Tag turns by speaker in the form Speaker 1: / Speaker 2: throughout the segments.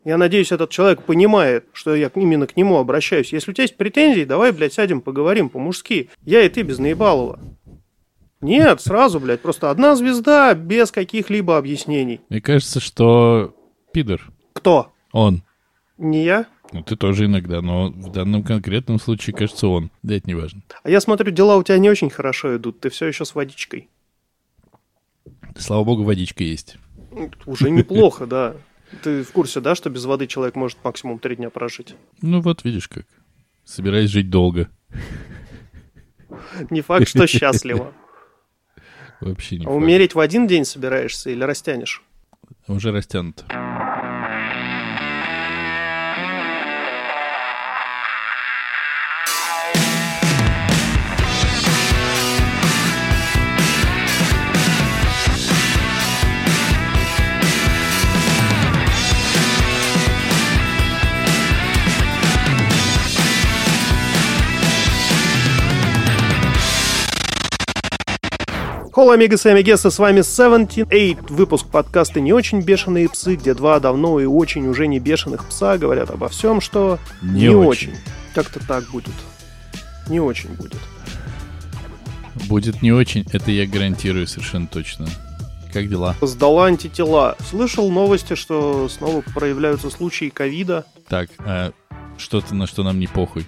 Speaker 1: Я надеюсь, этот человек понимает, что я именно к нему обращаюсь. Если у тебя есть претензии, давай, блядь, сядем, поговорим по-мужски. Я и ты без наебалова. Нет, сразу, блядь, просто одна звезда без каких-либо объяснений.
Speaker 2: Мне кажется, что пидор.
Speaker 1: Кто?
Speaker 2: Он.
Speaker 1: Не я?
Speaker 2: Ну, ты тоже иногда, но в данном конкретном случае, кажется, он. Да это не важно.
Speaker 1: А я смотрю, дела у тебя не очень хорошо идут. Ты все еще с водичкой.
Speaker 2: Слава богу, водичка есть.
Speaker 1: Уже неплохо, да. Ты в курсе, да, что без воды человек может максимум 3 дня прожить?
Speaker 2: Ну вот, видишь как. Собираюсь жить долго.
Speaker 1: Не факт, что счастливо.
Speaker 2: Вообще не
Speaker 1: А
Speaker 2: факт.
Speaker 1: умереть в один день собираешься или растянешь?
Speaker 2: Уже растянуто.
Speaker 1: Холо, амигос и амигесы, с вами 78, выпуск подкаста «Не очень бешеные псы», где два давно и очень уже не бешеных пса говорят обо всем, что
Speaker 2: не очень.
Speaker 1: Как-то так будет. Не очень будет.
Speaker 2: Будет не очень, это я гарантирую совершенно точно. Как дела?
Speaker 1: Сдала антитела. Слышал новости, что снова проявляются случаи ковида.
Speaker 2: Так, а что-то, на что нам не похуй.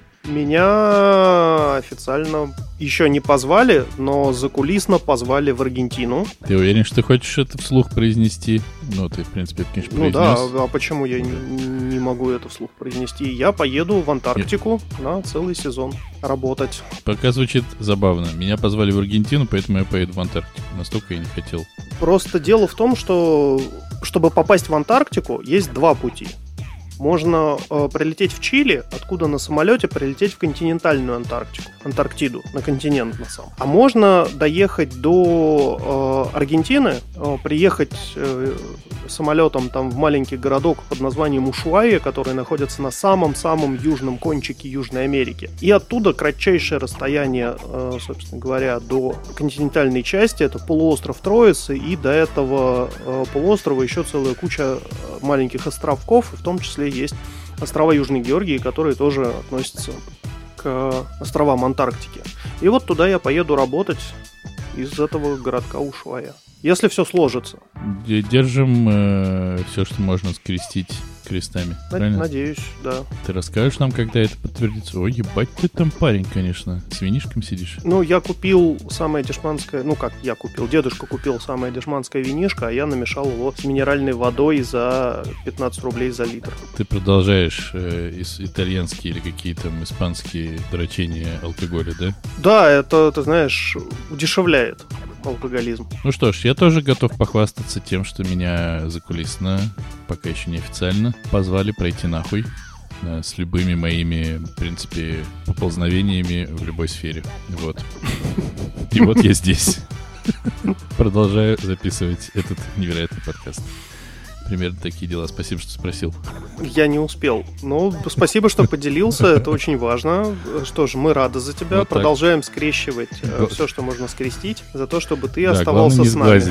Speaker 1: Меня официально еще не позвали, но закулисно позвали в Аргентину.
Speaker 2: Ты уверен, что ты хочешь это вслух произнести? Ну, ты, в принципе, это, конечно,
Speaker 1: Ну
Speaker 2: произнес.
Speaker 1: да, а почему я не могу это вслух произнести? Я поеду в Антарктику на целый сезон работать.
Speaker 2: Пока звучит забавно. Меня позвали в Аргентину, поэтому я поеду в Антарктику. Настолько я не хотел.
Speaker 1: Просто дело в том, что чтобы попасть в Антарктику, есть два пути. Можно прилететь в Чили, откуда на самолете прилететь в континентальную Антарктиду, на континент на самом. А можно доехать до Аргентины, приехать самолетом там в маленький городок под названием Ушуайя, который находится на самом-самом южном кончике Южной Америки. И оттуда кратчайшее расстояние, собственно говоря, до континентальной части, это полуостров Троицы, и до этого полуострова еще целая куча маленьких островков, в том числе есть острова Южной Георгии, которые тоже относятся к островам Антарктики. И вот туда я поеду работать из этого городка Ушуайя. Если все сложится.
Speaker 2: Держим все, что можно скрестить крестами. Правильно?
Speaker 1: Надеюсь, да.
Speaker 2: Ты расскажешь нам, когда это подтвердится? Ой, ебать ты там парень, конечно. С винишком сидишь.
Speaker 1: Ну, я купил самое дешманское... Ну, как я купил? Дедушка купил самое дешманское винишко, а я намешал его с минеральной водой за 15 рублей за литр.
Speaker 2: Ты продолжаешь итальянские или какие-то испанские дрочения алкоголя, да?
Speaker 1: Да, это, ты знаешь, удешевляет алкоголизм.
Speaker 2: Ну что ж, я тоже готов похвастаться тем, что меня закулисно, пока еще не официально, позвали пройти нахуй с любыми моими, в принципе, поползновениями в любой сфере. Вот. И вот я здесь. Продолжаю записывать этот невероятный подкаст. Примерно такие дела. Спасибо, что спросил.
Speaker 1: Я не успел. Ну, спасибо, что поделился. Это очень важно. Что ж, мы рады за тебя. Вот продолжаем скрещивать все, что можно скрестить, за то, чтобы ты оставался с нами.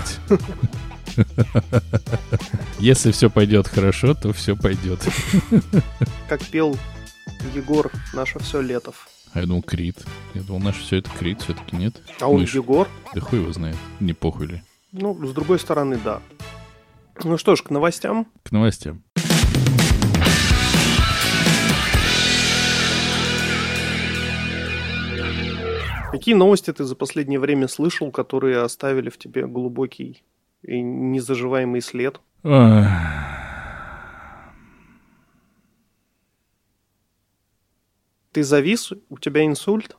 Speaker 2: Если все пойдет хорошо, то все пойдет.
Speaker 1: Как пел Егор, наше все Летов.
Speaker 2: А я думал, Крид. Я думал, наше все это Крид, все-таки нет.
Speaker 1: А он Егор?
Speaker 2: Да хуй его знает. Не похуй ли.
Speaker 1: Ну, с другой стороны, да. Ну что ж, к новостям.
Speaker 2: К новостям.
Speaker 1: Какие новости ты за последнее время слышал, которые оставили в тебе глубокий и незаживаемый след? Ты завис? У тебя инсульт?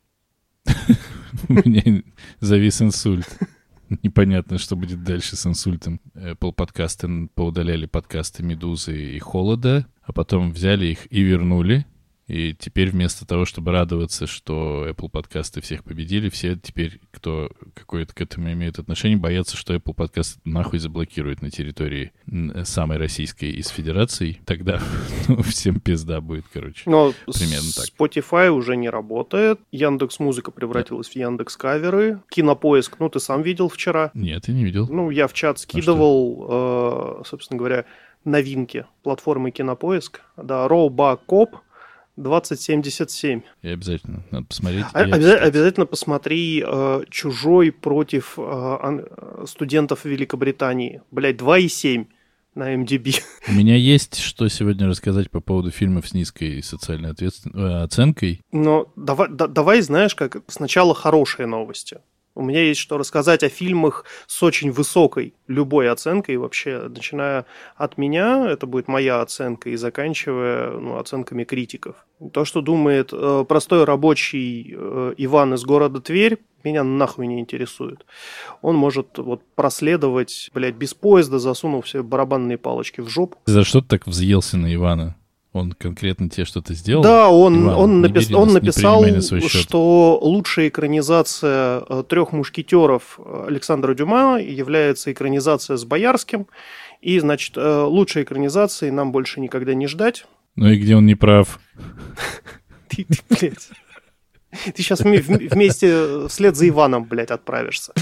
Speaker 2: У меня завис инсульт. Непонятно, что будет дальше с инсультом. Apple подкасты поудаляли подкасты «Медузы» и «Холода», а потом взяли их и вернули. И теперь вместо того, чтобы радоваться, что Apple подкасты всех победили, все теперь, кто какое-то к этому имеет отношение, боятся, что Apple подкасты нахуй заблокируют на территории самой российской из федераций. Тогда всем пизда будет, короче.
Speaker 1: Но
Speaker 2: примерно так.
Speaker 1: Spotify уже не работает. Яндекс.Музыка превратилась в Яндекс.Каверы. Кинопоиск, ну ты сам видел вчера.
Speaker 2: Нет, я не видел.
Speaker 1: Ну, я в чат скидывал, собственно говоря, новинки платформы Кинопоиск. Да, Робокоп 2077.
Speaker 2: И обязательно надо посмотреть.
Speaker 1: Обязательно посмотри «Чужой против студентов Великобритании». Блядь, 2,7 на MDB.
Speaker 2: У меня есть что сегодня рассказать по поводу фильмов с низкой социальной оценкой.
Speaker 1: Но давай, знаешь, как сначала хорошие новости. У меня есть что рассказать о фильмах с очень высокой любой оценкой, вообще, начиная от меня, это будет моя оценка, и заканчивая оценками критиков. То, что думает простой рабочий Иван из города Тверь, меня нахуй не интересует. Он может проследовать, без поезда, засунув все барабанные палочки в жопу.
Speaker 2: За что ты так взъелся на Ивана? Он конкретно тебе что-то сделал?
Speaker 1: Да, он написал, что лучшая экранизация «Трех мушкетеров» Александра Дюма является экранизация с Боярским, и, значит, лучшей экранизации нам больше никогда не ждать.
Speaker 2: Ну и где он не прав?
Speaker 1: Ты, блядь, ты сейчас вместе вслед за Иваном, блядь, отправишься.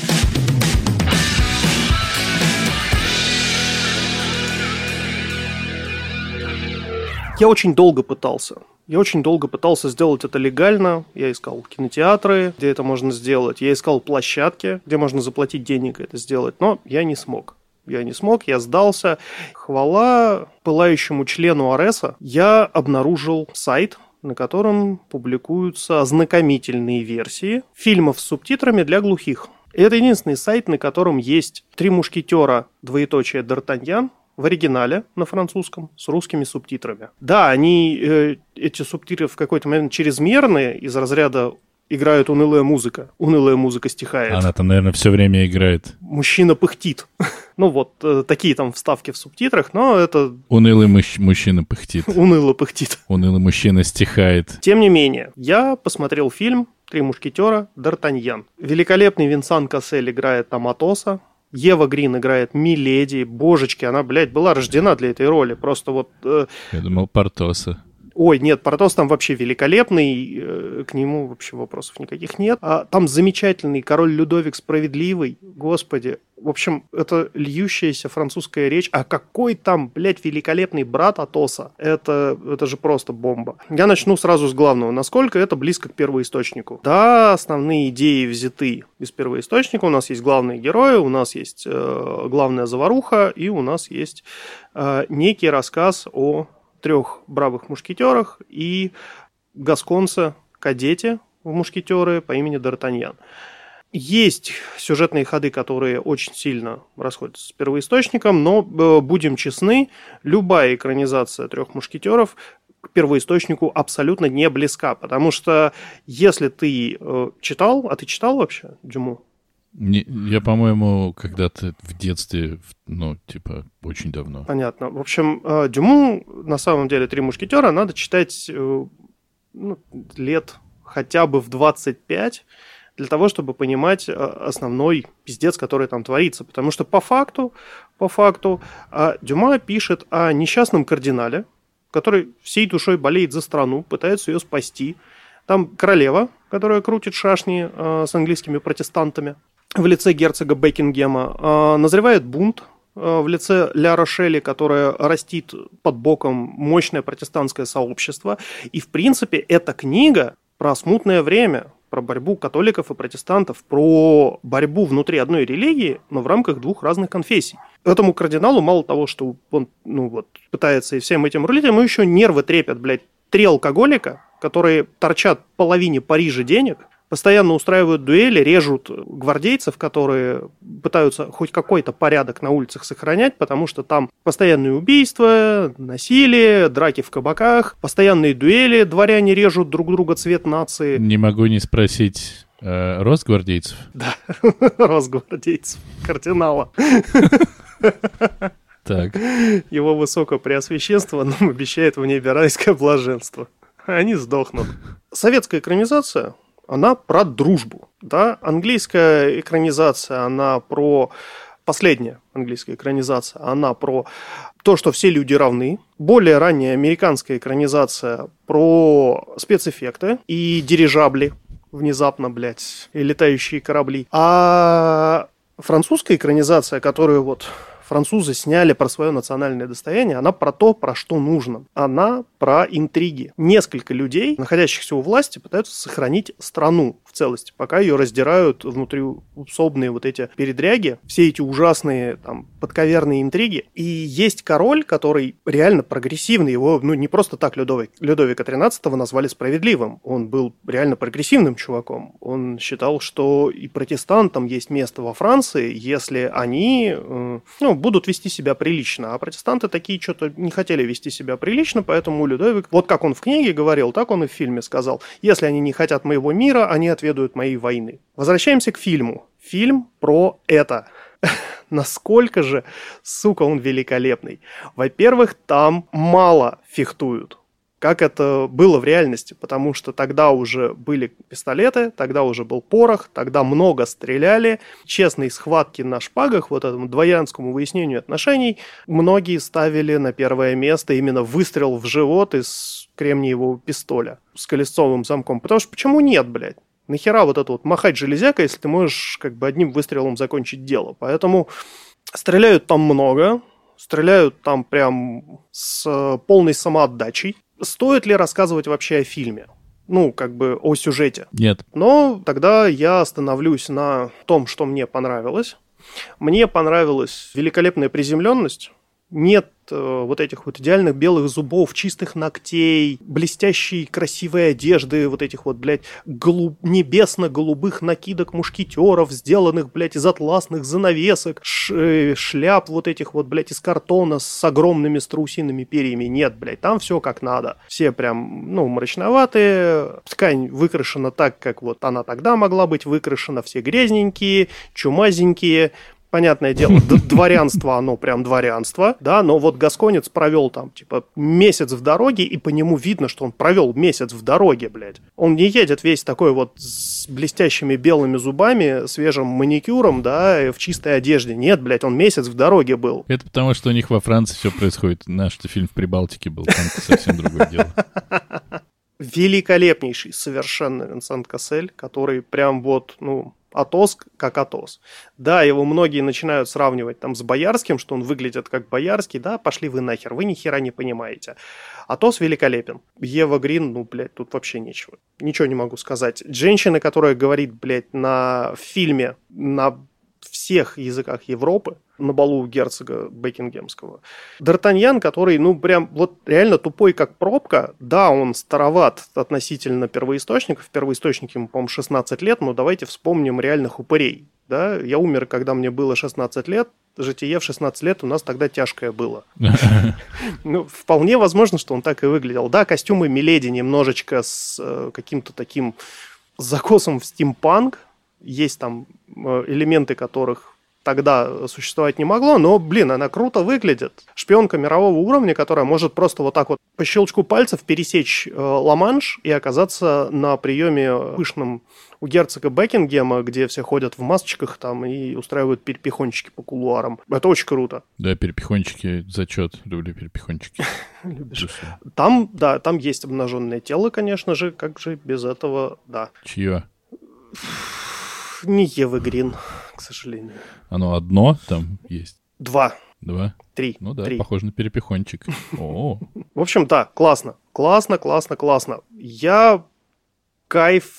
Speaker 1: Я очень долго пытался сделать это легально. Я искал кинотеатры, где это можно сделать. Я искал площадки, где можно заплатить денег и это сделать. Но я не смог. Я сдался. Хвала пылающему члену Ареса. Я обнаружил сайт, на котором публикуются ознакомительные версии фильмов с субтитрами для глухих. И это единственный сайт, на котором есть «Три мушкетера», двоеточие, Д'Артаньян, в оригинале на французском с русскими субтитрами. Да, эти субтитры в какой-то момент чрезмерные, из разряда играет унылая музыка стихает.
Speaker 2: Она-то, наверное, все время играет.
Speaker 1: Мужчина пыхтит. Такие там вставки в субтитрах, но это...
Speaker 2: Унылый мужчина пыхтит.
Speaker 1: Уныло пыхтит.
Speaker 2: Унылый мужчина стихает.
Speaker 1: Тем не менее, я посмотрел фильм «Три мушкетера. Д'Артаньян». Великолепный Винсан Кассель играет там Атоса. Ева Грин играет Миледи. Божечки, она, была рождена для этой роли. Просто
Speaker 2: Я думал, Портоса.
Speaker 1: Ой, нет, Портос там вообще великолепный, к нему вообще вопросов никаких нет. А там замечательный король Людовик Справедливый, господи. В общем, это льющаяся французская речь. А какой там, великолепный брат Атоса. Это же просто бомба. Я начну сразу с главного. Насколько это близко к первоисточнику. Да, основные идеи взяты из первоисточника. У нас есть главные герои, у нас есть главная заваруха, и у нас есть некий рассказ о трех бравых мушкетерах и гасконце-кадете в мушкетеры по имени Д'Артаньян. Есть сюжетные ходы, которые очень сильно расходятся с первоисточником, но, будем честны, любая экранизация трех мушкетеров к первоисточнику абсолютно не близка, потому что если ты читал, а ты читал вообще Дюму?
Speaker 2: Я, по-моему, когда-то в детстве, очень давно.
Speaker 1: Понятно. В общем, Дюму, на самом деле, «Три мушкетера» надо читать лет хотя бы в 25 для того, чтобы понимать основной пиздец, который там творится. Потому что по факту, Дюма пишет о несчастном кардинале, который всей душой болеет за страну, пытается ее спасти. Там королева, которая крутит шашни с английскими протестантами в лице герцога Бекингема. Назревает бунт в лице Ля Рошели, которая растит под боком мощное протестантское сообщество. И, в принципе, эта книга про смутное время, про борьбу католиков и протестантов, про борьбу внутри одной религии, но в рамках двух разных конфессий. Этому кардиналу мало того, что он пытается и всем этим рулить, ему еще нервы трепят, три алкоголика, которые торчат половине Парижа денег, постоянно устраивают дуэли, режут гвардейцев, которые пытаются хоть какой-то порядок на улицах сохранять, потому что там постоянные убийства, насилие, драки в кабаках, постоянные дуэли, дворяне режут друг друга цвет нации.
Speaker 2: Не могу не спросить, рост гвардейцев?
Speaker 1: Да, рост гвардейцев, кардинала.
Speaker 2: Так.
Speaker 1: Его высокопреосвященство нам обещает в небе райское блаженство. Они сдохнут. Советская экранизация, она про дружбу. Да? Английская экранизация, она про... Последняя английская экранизация, она про то, что все люди равны. Более ранняя американская экранизация про спецэффекты и дирижабли. Внезапно, и летающие корабли. А французская экранизация, которую французы сняли про свое национальное достояние, она про то, про что нужно. Она про интриги. Несколько людей, находящихся у власти, пытаются сохранить страну в целости, пока ее раздирают внутриусобные вот эти передряги, все эти ужасные там подковерные интриги. И есть король, который реально прогрессивный. Его, не просто так Людовика XIII назвали справедливым. Он был реально прогрессивным чуваком. Он считал, что и протестантам есть место во Франции, если они будут вести себя прилично. А протестанты такие что-то не хотели вести себя прилично, поэтому Людовик, вот как он в книге говорил, так он и в фильме сказал: если они не хотят моего мира, они отведают моей войны. Возвращаемся к фильму. Фильм про это. Насколько же, сука, он великолепный. Во-первых, там мало фехтуют, как это было в реальности, потому что тогда уже были пистолеты, тогда уже был порох, тогда много стреляли. Честные схватки на шпагах, вот этому дворянскому выяснению отношений, многие ставили на первое место именно выстрел в живот из кремниевого пистоля с колесцовым замком. Потому что почему нет, блядь? Нахера вот это вот махать железякой, если ты можешь как бы одним выстрелом закончить дело? Поэтому стреляют там много, стреляют там прям с полной самоотдачей. Стоит ли рассказывать вообще о фильме? О сюжете?
Speaker 2: Нет.
Speaker 1: Но тогда я остановлюсь на том, что мне понравилось. Мне понравилась великолепная приземленность. Нет вот этих вот идеальных белых зубов, чистых ногтей, блестящей красивой одежды, вот этих вот, блядь, небесно-голубых накидок мушкетеров, сделанных, блядь, из атласных занавесок, шляп вот этих вот, блядь, из картона с огромными страусиными перьями. Нет, блядь, там все как надо. Все прям, мрачноватые, ткань выкрашена так, как вот она тогда могла быть выкрашена, все грязненькие, чумазенькие. Понятное дело, дворянство, оно прям дворянство, да, но вот гасконец провел там, месяц в дороге, и по нему видно, что он провел месяц в дороге, блядь. Он не едет весь такой вот с блестящими белыми зубами, свежим маникюром, да, в чистой одежде. Нет, блядь, он месяц в дороге был.
Speaker 2: Это потому, что у них во Франции все происходит. Наш-то фильм в Прибалтике был, там совсем другое дело.
Speaker 1: Великолепнейший совершенно Винсент Кассель, который прям вот, Атос как Атос. Да, его многие начинают сравнивать там с Боярским, что он выглядит как Боярский. Да, пошли вы нахер, вы ни хера не понимаете. Атос великолепен. Ева Грин, тут вообще нечего. Ничего не могу сказать. Женщина, которая говорит, блядь, на фильме на всех языках Европы, на балу у герцога Бекингемского. Д'Артаньян, который, прям вот реально тупой, как пробка. Да, он староват относительно первоисточников. Первоисточники ему, по-моему, 16 лет, но давайте вспомним реальных упырей. Да? Я умер, когда мне было 16 лет. Житие в 16 лет у нас тогда тяжкое было. Вполне возможно, что он так и выглядел. Да, костюмы Миледи немножечко с каким-то таким закосом в стимпанк. Есть там элементы, которых тогда существовать не могло, но, она круто выглядит. Шпионка мирового уровня, которая может просто вот так вот по щелчку пальцев пересечь Ла-Манш и оказаться на приеме пышном у герцога Бекингема, где все ходят в масочках там и устраивают перепихончики по кулуарам. Это очень круто.
Speaker 2: Да, перепихончики, зачет. Люблю перепихончики.
Speaker 1: Любишь. Там есть обнаженное тело, конечно же, как же без этого, да.
Speaker 2: Чье?
Speaker 1: Не Евы Грин, к сожалению.
Speaker 2: Оно одно там есть?
Speaker 1: 2. 3.
Speaker 2: Похоже на перепихончик. О.
Speaker 1: В общем, да, классно. Классно. Я кайф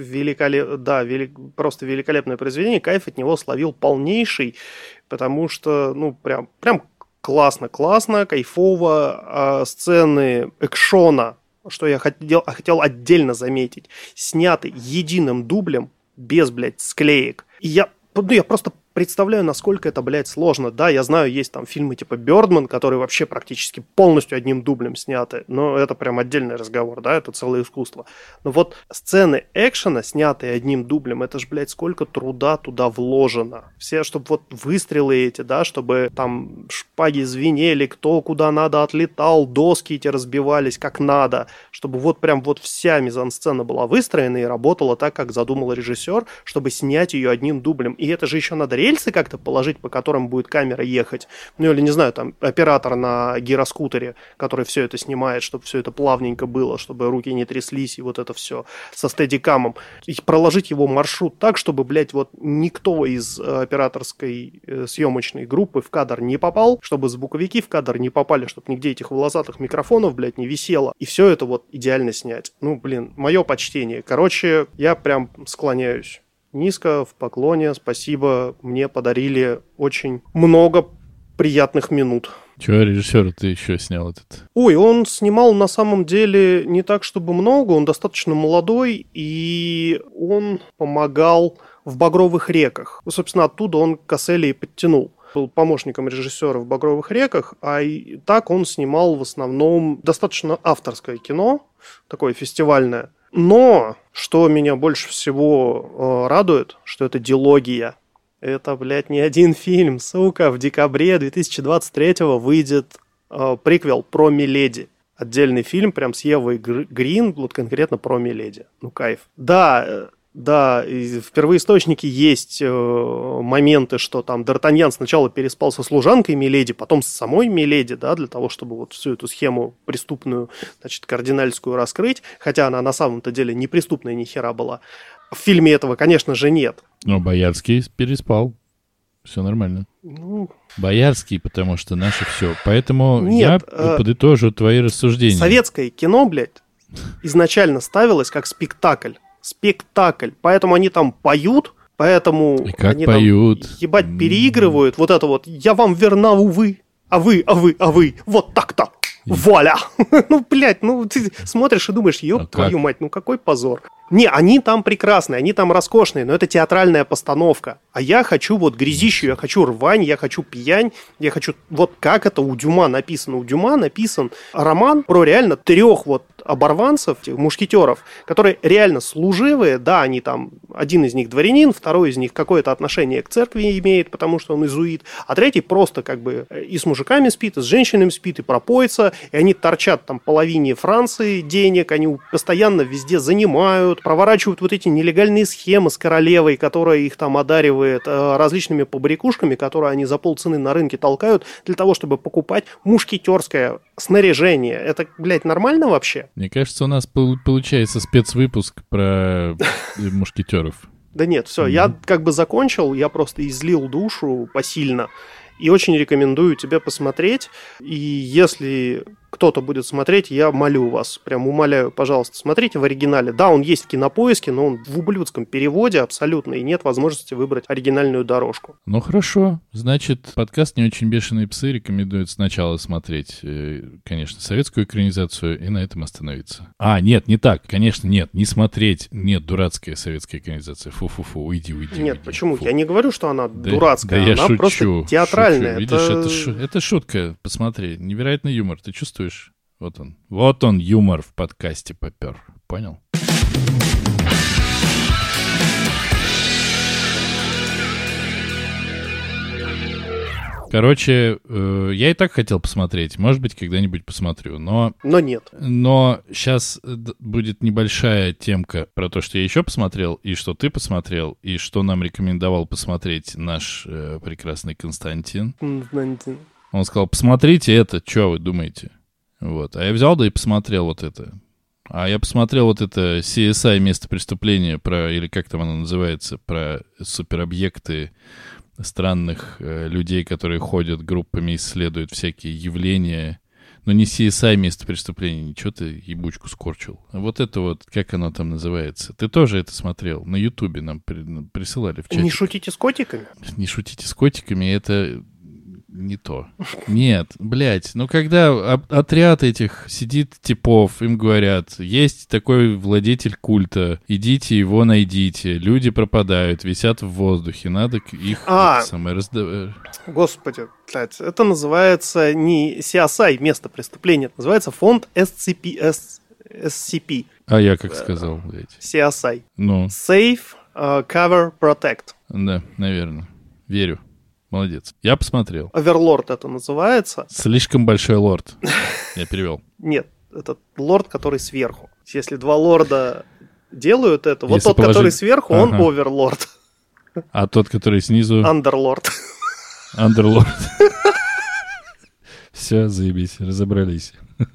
Speaker 1: просто великолепное произведение, кайф от него словил полнейший, потому что, прям классно, кайфово. Сцены экшона, что я хотел отдельно заметить, сняты единым дублем, без, блядь, склеек. И я просто представляю, насколько это, блядь, сложно. Да, я знаю, есть там фильмы типа «Бёрдман», которые вообще практически полностью одним дублем сняты. Но это прям отдельный разговор, да, это целое искусство. Но вот сцены экшена, снятые одним дублем, это ж, блядь, сколько труда туда вложено. Все, чтобы вот выстрелы эти, да, чтобы там шпаги звенели, кто куда надо отлетал, доски эти разбивались как надо, чтобы вот прям вот вся мизансцена была выстроена и работала так, как задумал режиссер, чтобы снять ее одним дублем. И это же еще надо рельсы как-то положить, по которым будет камера ехать. Ну, или, не знаю, там, оператор на гироскутере, который все это снимает, чтобы все это плавненько было, чтобы руки не тряслись, и вот это все со стедикамом. И проложить его маршрут так, чтобы, блядь, вот никто из операторской съемочной группы в кадр не попал, чтобы звуковики в кадр не попали, чтобы нигде этих волосатых микрофонов, блядь, не висело. И все это вот идеально снять. Ну, блин, мое почтение. Короче, я прям склоняюсь низко, в поклоне. Спасибо, мне подарили очень много приятных минут.
Speaker 2: Чего режиссера ты еще снял этот?
Speaker 1: Ой, он снимал на самом деле не так, чтобы много, он достаточно молодой, и он помогал в «Багровых реках». Собственно, оттуда он Касселя и подтянул. Был помощником режиссера в «Багровых реках», а и так он снимал в основном достаточно авторское кино, такое фестивальное. Но, что меня больше всего радует, что это дилогия. Это, блядь, не один фильм, сука. В декабре 2023-го выйдет приквел про Миледи. Отдельный фильм прям с Евой Грин, вот конкретно про Миледи. Ну, кайф. Да, и в первоисточнике есть моменты, что там Д'Артаньян сначала переспал со служанкой Миледи, потом с самой Миледи, да, для того, чтобы вот всю эту схему преступную, значит, кардинальскую раскрыть, хотя она на самом-то деле не преступная ни хера была. В фильме этого, конечно же, нет.
Speaker 2: Но Боярский переспал. Все нормально.
Speaker 1: Ну...
Speaker 2: Боярский, потому что наше все. Поэтому
Speaker 1: нет,
Speaker 2: я подытожу твои рассуждения.
Speaker 1: Советское кино, блядь, изначально ставилось как спектакль. Поэтому они там поют, поэтому
Speaker 2: и как
Speaker 1: они
Speaker 2: поют.
Speaker 1: Там, ебать, переигрывают. Вот это вот, я вам верна, увы, а вы, вот так-то, вуаля. Ну, блядь, ну ты смотришь и думаешь, ёб твою мать, ну какой позор. Не, они там прекрасные, они там роскошные, но это театральная постановка. А я хочу вот грязищу, я хочу рвань, я хочу пьянь, я хочу... Вот как это у Дюма написано. У Дюма написан роман про реально 3 вот оборванцев, мушкетеров, которые реально служивые, да, они там, один из них дворянин, второй из них какое-то отношение к церкви имеет, потому что он иезуит, а третий просто как бы и с мужиками спит, и с женщинами спит, и пропоится, и они торчат там половине Франции денег, они постоянно везде занимают, проворачивают вот эти нелегальные схемы с королевой, которая их там одаривает различными побрякушками, которые они за полцены на рынке толкают для того, чтобы покупать мушкетерское снаряжение. Это, блядь, нормально вообще?
Speaker 2: Мне кажется, у нас получается спецвыпуск про мушкетеров.
Speaker 1: Да нет, все, я как бы закончил, я просто излил душу посильно. И очень рекомендую тебе посмотреть. И если кто-то будет смотреть, я молю вас, прям умоляю, пожалуйста, смотрите в оригинале. Да, он есть в Кинопоиске, но он в ублюдском переводе абсолютно, и нет возможности выбрать оригинальную дорожку.
Speaker 2: Ну хорошо, значит, подкаст «Не очень бешеные псы» рекомендует сначала смотреть, конечно, советскую экранизацию и на этом остановиться. А, нет, не так, конечно, нет, не смотреть, нет, дурацкая советская экранизация, фу-фу-фу, уйди.
Speaker 1: Нет, почему?
Speaker 2: Фу.
Speaker 1: Я не говорю, что она дурацкая,
Speaker 2: да
Speaker 1: она
Speaker 2: шучу,
Speaker 1: просто театральная.
Speaker 2: Видишь, это шутка, посмотри, невероятный юмор, ты чувствуешь? Вот он, юмор в подкасте попер. Понял? Короче, я и так хотел посмотреть. Может быть, когда-нибудь посмотрю, но...
Speaker 1: Но нет.
Speaker 2: Но сейчас будет небольшая темка про то, что я еще посмотрел, и что ты посмотрел, и что нам рекомендовал посмотреть наш прекрасный Константин. Он сказал, посмотрите это, что вы думаете? Вот. А я взял, да и посмотрел вот это. А я посмотрел вот это CSI «Место преступления», про, или как там оно называется, про суперобъекты странных людей, которые ходят группами, исследуют всякие явления. Но не CSI «Место преступления», ничего ты ебучку скорчил. А вот это вот, как оно там называется. Ты тоже это смотрел? На Ютубе нам присылали в чате.
Speaker 1: Не шутите с котиками?
Speaker 2: Не шутите с котиками, это... Не то. Нет, блядь, ну когда отряд этих сидит типов, им говорят, есть такой владетель культа, идите его найдите, люди пропадают, висят в воздухе, надо их самое раздавать.
Speaker 1: Господи, блядь, это называется не CSI, место преступления, это называется фонд SCP.
Speaker 2: А я как сказал, блядь?
Speaker 1: CSI.
Speaker 2: Ну.
Speaker 1: Save, Cover, Protect.
Speaker 2: Да, наверное. Верю. Молодец. Я посмотрел.
Speaker 1: Оверлорд это называется.
Speaker 2: Слишком большой лорд. Я перевел.
Speaker 1: Нет, это лорд, который сверху. Если 2 лорда делают это, вот
Speaker 2: если
Speaker 1: тот, который сверху, он оверлорд.
Speaker 2: А тот, который снизу...
Speaker 1: Андерлорд.
Speaker 2: Андерлорд. Все, заебись, разобрались.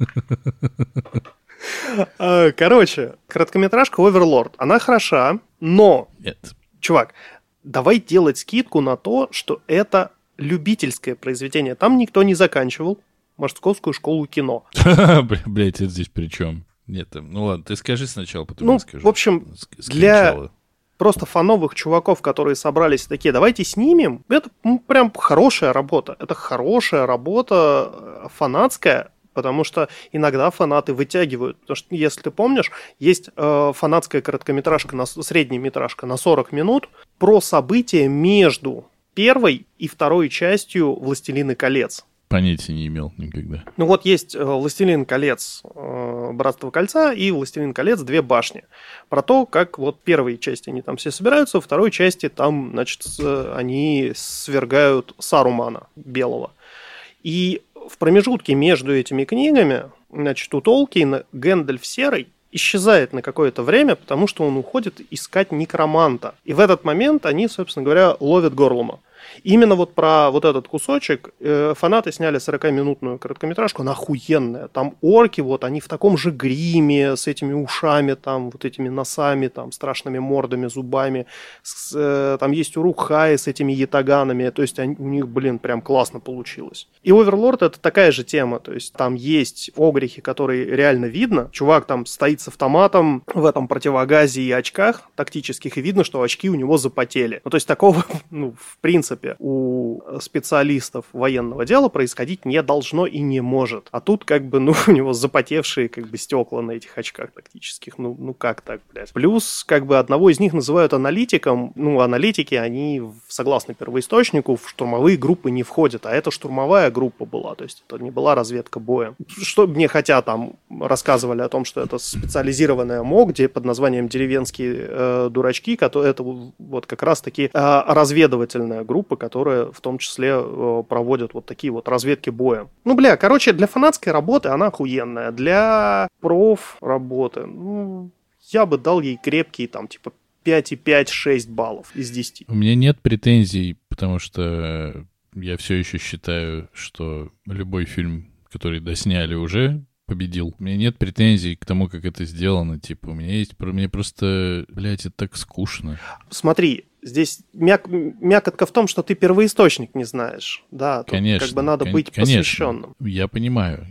Speaker 1: Короче, короткометражка «Оверлорд». Она хороша, но...
Speaker 2: Нет.
Speaker 1: Чувак, давай делать скидку на то, что это любительское произведение. Там никто не заканчивал Московскую школу кино.
Speaker 2: Блять, это здесь при чем? Нет, ну ладно, ты скажи сначала, потом
Speaker 1: я
Speaker 2: скажу.
Speaker 1: В общем, для просто фановых чуваков, которые собрались такие, давайте снимем, это прям хорошая работа. Это хорошая работа фанатская, потому что иногда фанаты вытягивают. Потому что, если ты помнишь, есть фанатская короткометражка, средняя метражка на 40 минут про события между первой и второй частью «Властелина колец».
Speaker 2: Понятия не имел никогда.
Speaker 1: Ну вот есть «Властелин колец. Братство кольца» и «Властелин колец. Две башни». Про то, как вот в первой части они там все собираются, во второй части там, значит, они свергают Сарумана Белого. И в промежутке между этими книгами, значит, у Толкиена Гэндальф Серый исчезает на какое-то время, потому что он уходит искать некроманта. И в этот момент они, собственно говоря, ловят Горлума. Именно вот про вот этот кусочек фанаты сняли 40-минутную короткометражку, она охуенная. Там орки, вот, они в таком же гриме, с этими ушами, там, вот этими носами, там, страшными мордами, зубами. Там есть урукхаи с этими ятаганами, то есть у них, блин, прям классно получилось. И Оверлорд — это такая же тема, то есть там есть огрехи, которые реально видно. Чувак там стоит с автоматом в этом противогазе и очках тактических, и видно, что очки у него запотели. Ну, то есть такого, ну, в принципе, у специалистов военного дела происходить не должно и не может. А тут как бы, ну, у него запотевшие как бы стекла на этих очках тактических. Ну как так, блядь? Плюс как бы одного из них называют аналитиком. Ну, аналитики, они, согласно первоисточнику, в штурмовые группы не входят. А это штурмовая группа была. То есть это не была разведка боя. Что мне хотя там рассказывали о том, что это специализированная МО, где под названием «Деревенские дурачки», это вот как раз-таки разведывательная группа, которая в том числе проводит вот такие вот разведки боя. Ну, бля, короче, для фанатской работы она охуенная. Для проф-работы, ну, я бы дал ей крепкие там, типа, 5,5-6 баллов из 10.
Speaker 2: У меня нет претензий, потому что я все еще считаю, что любой фильм, который досняли уже, победил. У меня нет претензий к тому, как это сделано. Типа, мне просто, блядь, это так скучно.
Speaker 1: Смотри, здесь мякотка в том, что ты первоисточник не знаешь. Да, тут
Speaker 2: конечно,
Speaker 1: как бы надо быть посвященным.
Speaker 2: Я понимаю.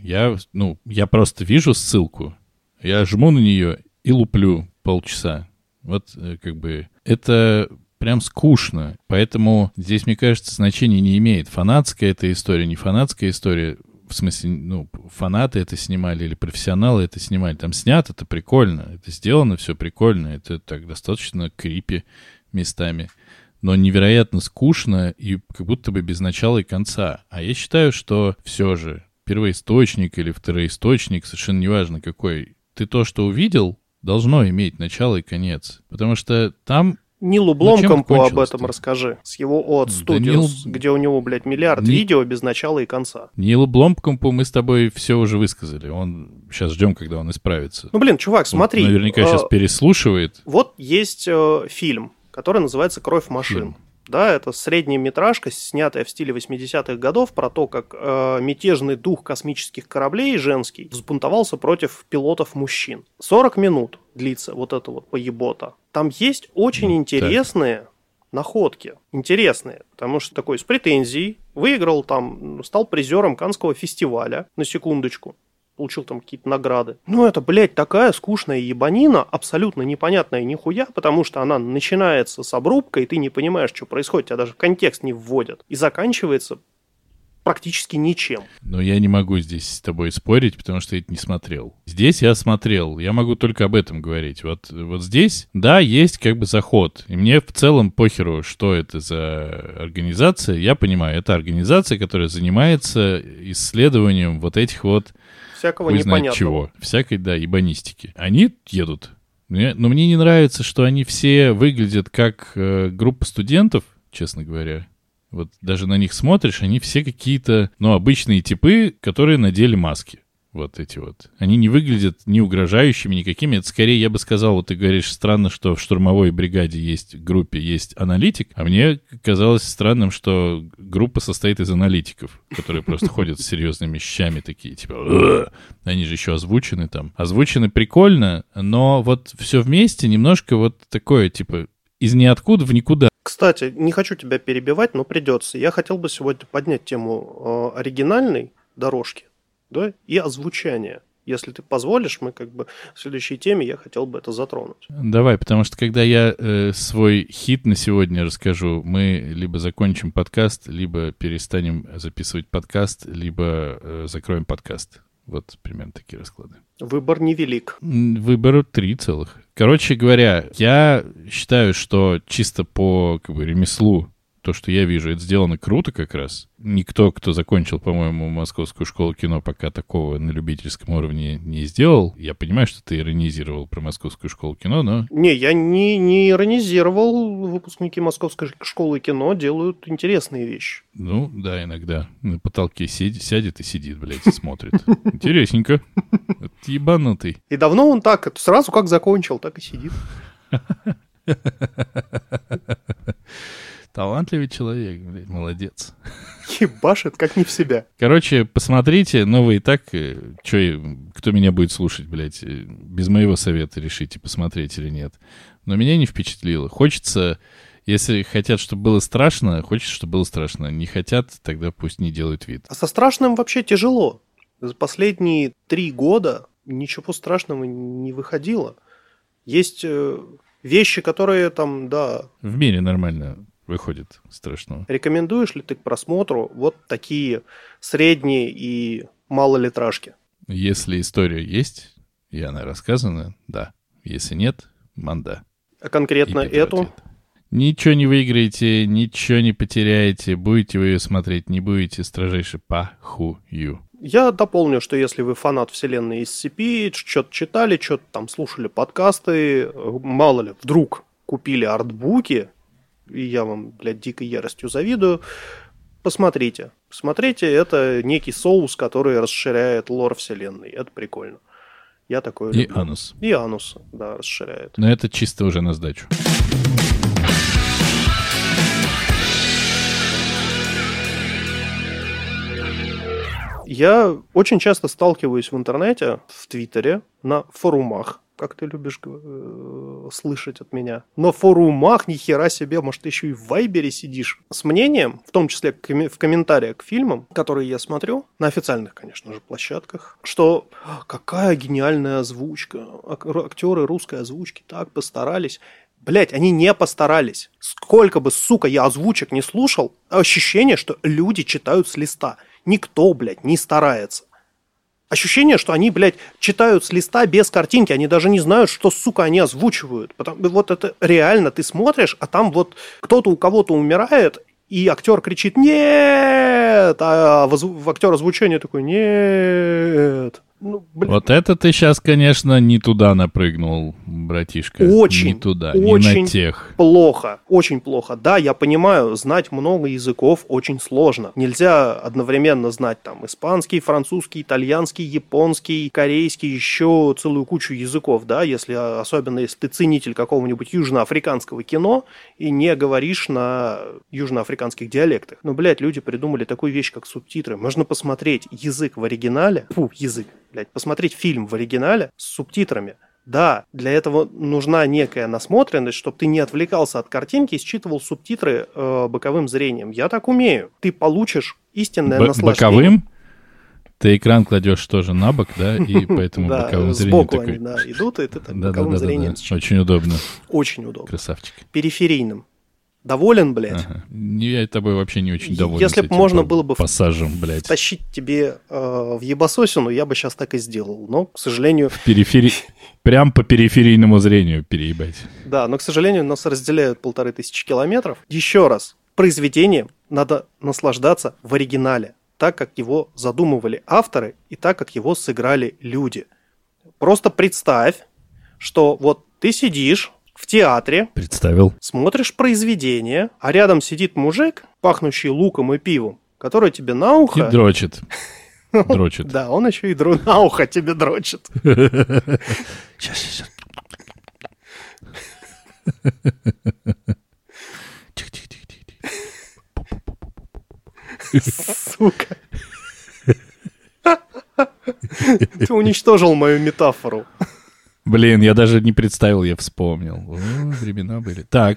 Speaker 2: Я просто вижу ссылку, я жму на нее и луплю полчаса. Вот как бы это прям скучно. Поэтому здесь, мне кажется, значения не имеет. Фанатская эта история, не фанатская история. В смысле, ну, фанаты это снимали или профессионалы это снимали. Там снято это прикольно, это сделано все прикольно, это так достаточно крипи местами, но невероятно скучно и как будто бы без начала и конца. А я считаю, что все же первоисточник или второисточник, совершенно неважно какой, ты то, что увидел, должно иметь начало и конец. Потому что там...
Speaker 1: Нилу Бломкомпу об этом расскажи. С его Odd Studios, где у него, блядь, миллиард видео без начала и конца.
Speaker 2: Нилу Бломкомпу мы с тобой все уже высказали. Сейчас ждем, когда он исправится.
Speaker 1: Ну, блин, чувак, смотри.
Speaker 2: Он наверняка сейчас переслушивает.
Speaker 1: Вот есть фильм, который называется «Кровь машин». Да, это средняя метражка, снятая в стиле 80-х годов, про то, как мятежный дух космических кораблей женский взбунтовался против пилотов-мужчин. 40 минут длится вот это вот поебота. Там есть очень интересные находки. Интересные, потому что такой с претензией. Выиграл там, стал призером Каннского фестиваля, на секундочку. Получил там какие-то награды. Ну, это, блядь, такая скучная ебанина, абсолютно непонятная нихуя, потому что она начинается с обрубка, и ты не понимаешь, что происходит, тебя даже в контекст не вводят. И заканчивается практически ничем.
Speaker 2: Но я не могу здесь с тобой спорить, потому что я это не смотрел. Здесь я смотрел, я могу только об этом говорить. Вот здесь, да, есть как бы заход. И мне в целом похеру, что это за организация. Я понимаю, это организация, которая занимается исследованием вот этих вот
Speaker 1: всякого непонятного.
Speaker 2: Чего. Всякой, да, ебанистики. Они едут. Но мне не нравится, что они все выглядят как группа студентов, честно говоря. Вот даже на них смотришь, они все какие-то, ну, обычные типы, которые надели маски. вот эти вот. Они не выглядят ни угрожающими, никакими. Это скорее, я бы сказал, вот ты говоришь, странно, что в штурмовой бригаде группе есть аналитик, а мне казалось странным, что группа состоит из аналитиков, которые просто ходят с серьезными щами такие, типа, они же еще озвучены там. Озвучены прикольно, но вот все вместе немножко вот такое, типа, из ниоткуда в никуда.
Speaker 1: Кстати, не хочу тебя перебивать, но придется. Я хотел бы сегодня поднять тему оригинальной дорожки, да, и озвучания. Если ты позволишь, мы как бы в следующей теме я хотел бы это затронуть.
Speaker 2: Давай, потому что когда я свой хит на сегодня расскажу, мы либо закончим подкаст, либо перестанем записывать подкаст, либо закроем подкаст. Вот примерно такие расклады.
Speaker 1: Выбор невелик.
Speaker 2: Выбор 3 целых. Короче говоря, я считаю, что чисто по как бы ремеслу то, что я вижу, это сделано круто как раз. Никто, кто закончил, по-моему, Московскую школу кино, пока такого на любительском уровне не сделал. Я понимаю, что ты иронизировал про Московскую школу кино, но...
Speaker 1: Не, я не иронизировал. Выпускники Московской школы кино делают интересные вещи.
Speaker 2: Ну, да, иногда. На потолке сядет и сидит, блядь, и смотрит. Интересненько. Ебанутый.
Speaker 1: И давно он так, сразу как закончил, так и сидит.
Speaker 2: Талантливый человек, блядь, молодец.
Speaker 1: Ебашит, как не в себя.
Speaker 2: Короче, посмотрите, но вы и так, кто меня будет слушать, блядь, без моего совета решите, посмотреть или нет. Но меня не впечатлило. Хочется, если хотят, чтобы было страшно, хочется, чтобы было страшно. Не хотят, тогда пусть не делают вид.
Speaker 1: А со страшным вообще тяжело. За последние 3 года ничего страшного не выходило. Есть вещи, которые там, да...
Speaker 2: В мире нормально выходит страшного.
Speaker 1: Рекомендуешь ли ты к просмотру вот такие средние и малолитражки?
Speaker 2: Если история есть, и она рассказана, да. Если нет, манда.
Speaker 1: А конкретно эту?
Speaker 2: Ответ. Ничего не выиграете, ничего не потеряете. Будете вы ее смотреть, не будете, строжайше похую.
Speaker 1: Я дополню, что если вы фанат вселенной SCP, что-то читали, что-то там слушали подкасты, мало ли, вдруг купили артбуки, и я вам, блядь, дикой яростью завидую, посмотрите. Смотрите, это некий соус, который расширяет лор вселенной. Это прикольно. Я такой люблю.
Speaker 2: И анус.
Speaker 1: И анус, да, расширяет.
Speaker 2: Но это чисто уже на сдачу.
Speaker 1: Я очень часто сталкиваюсь в интернете, в Твиттере, на форумах, как ты любишь слышать от меня. На форумах, ни хера себе, может, ты еще и в Вайбере сидишь. С мнением, в том числе в комментариях к фильмам, которые я смотрю, на официальных, конечно же, площадках, что какая гениальная озвучка. Актеры русской озвучки так постарались. Блять, они не постарались. Сколько бы, сука, я озвучек не слушал, ощущение, что люди читают с листа. Никто, блядь, не старается. Ощущение, что они, блядь, читают с листа без картинки. Они даже не знают, что, сука, они озвучивают. Вот это реально ты смотришь, а там вот кто-то у кого-то умирает, и актер кричит «Нет!», а актер озвучения такой «Нет!». Ну,
Speaker 2: вот это ты сейчас, конечно, не туда напрыгнул, братишка.
Speaker 1: Очень,
Speaker 2: не туда,
Speaker 1: очень
Speaker 2: не на тех.
Speaker 1: Плохо, очень плохо. Да, я понимаю, знать много языков очень сложно. Нельзя одновременно знать там испанский, французский, итальянский, японский, корейский, еще целую кучу языков, да, особенно если ты ценитель какого-нибудь южноафриканского кино и не говоришь на южноафриканских диалектах. Но, блядь, люди придумали такую вещь, как субтитры. Можно посмотреть язык в оригинале, посмотреть фильм в оригинале с субтитрами. Да, для этого нужна некая насмотренность, чтобы ты не отвлекался от картинки и считывал субтитры боковым зрением. Я так умею. Ты получишь истинное наслаждение.
Speaker 2: Боковым? Ты экран кладешь тоже на бок, да, и поэтому боковым зрением
Speaker 1: сбоку
Speaker 2: такой...
Speaker 1: они, идут, и ты так боковым зрением...
Speaker 2: Очень удобно.
Speaker 1: Очень удобно.
Speaker 2: Красавчик.
Speaker 1: Периферийным. Доволен, блядь?
Speaker 2: Ага. Я тобой вообще не очень доволен.
Speaker 1: Если бы можно было бы
Speaker 2: пассажем, блядь,
Speaker 1: втащить тебе в ебасосину, я бы сейчас так и сделал. Но, к сожалению...
Speaker 2: Прям по периферийному зрению переебать.
Speaker 1: Да, но, к сожалению, нас разделяют 1500 километров. Еще раз, произведением надо наслаждаться в оригинале, так, как его задумывали авторы и так, как его сыграли люди. Просто представь, что вот ты сидишь в театре,
Speaker 2: представил,
Speaker 1: смотришь произведение, а рядом сидит мужик, пахнущий луком и пивом, который тебе на ухо...
Speaker 2: И дрочит. дрочит.
Speaker 1: Да, он еще и на ухо тебе дрочит.
Speaker 2: Сейчас. Тихо.
Speaker 1: Сука. Ты уничтожил мою метафору.
Speaker 2: Блин, я даже не представил, я вспомнил. О, времена были. Так.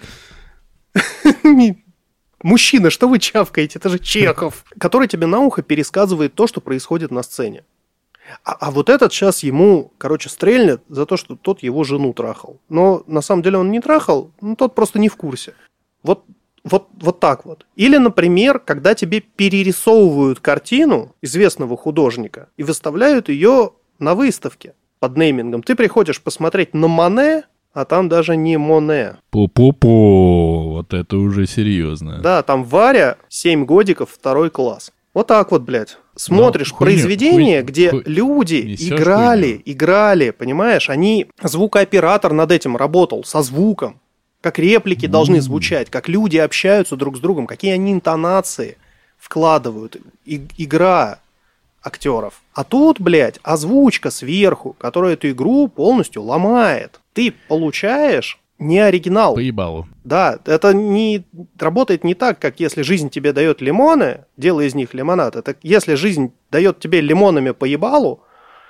Speaker 1: Мужчина, что вы чавкаете? Это же Чехов. Который тебе на ухо пересказывает то, что происходит на сцене. А вот этот сейчас ему, стрельнет за то, что тот его жену трахал. Но на самом деле он не трахал, тот просто не в курсе. Вот так вот. Или, например, когда тебе перерисовывают картину известного художника и выставляют ее на выставке под неймингом. Ты приходишь посмотреть на Моне, а там даже не Моне.
Speaker 2: Пу-пу-пу, вот это уже серьезно.
Speaker 1: Да, там Варя, 7 годиков, 2 класс. Вот так вот, блядь. Смотришь произведение, где люди играли, понимаешь? Звукооператор над этим работал, со звуком. Как реплики должны звучать, как люди общаются друг с другом, какие они интонации вкладывают. Игра актеров. А тут, блядь, озвучка сверху, которая эту игру полностью ломает. Ты получаешь не оригинал.
Speaker 2: По ебалу.
Speaker 1: Да, это не работает не так, как если жизнь тебе дает лимоны, делай из них лимонад. Это если жизнь дает тебе лимонами по ебалу,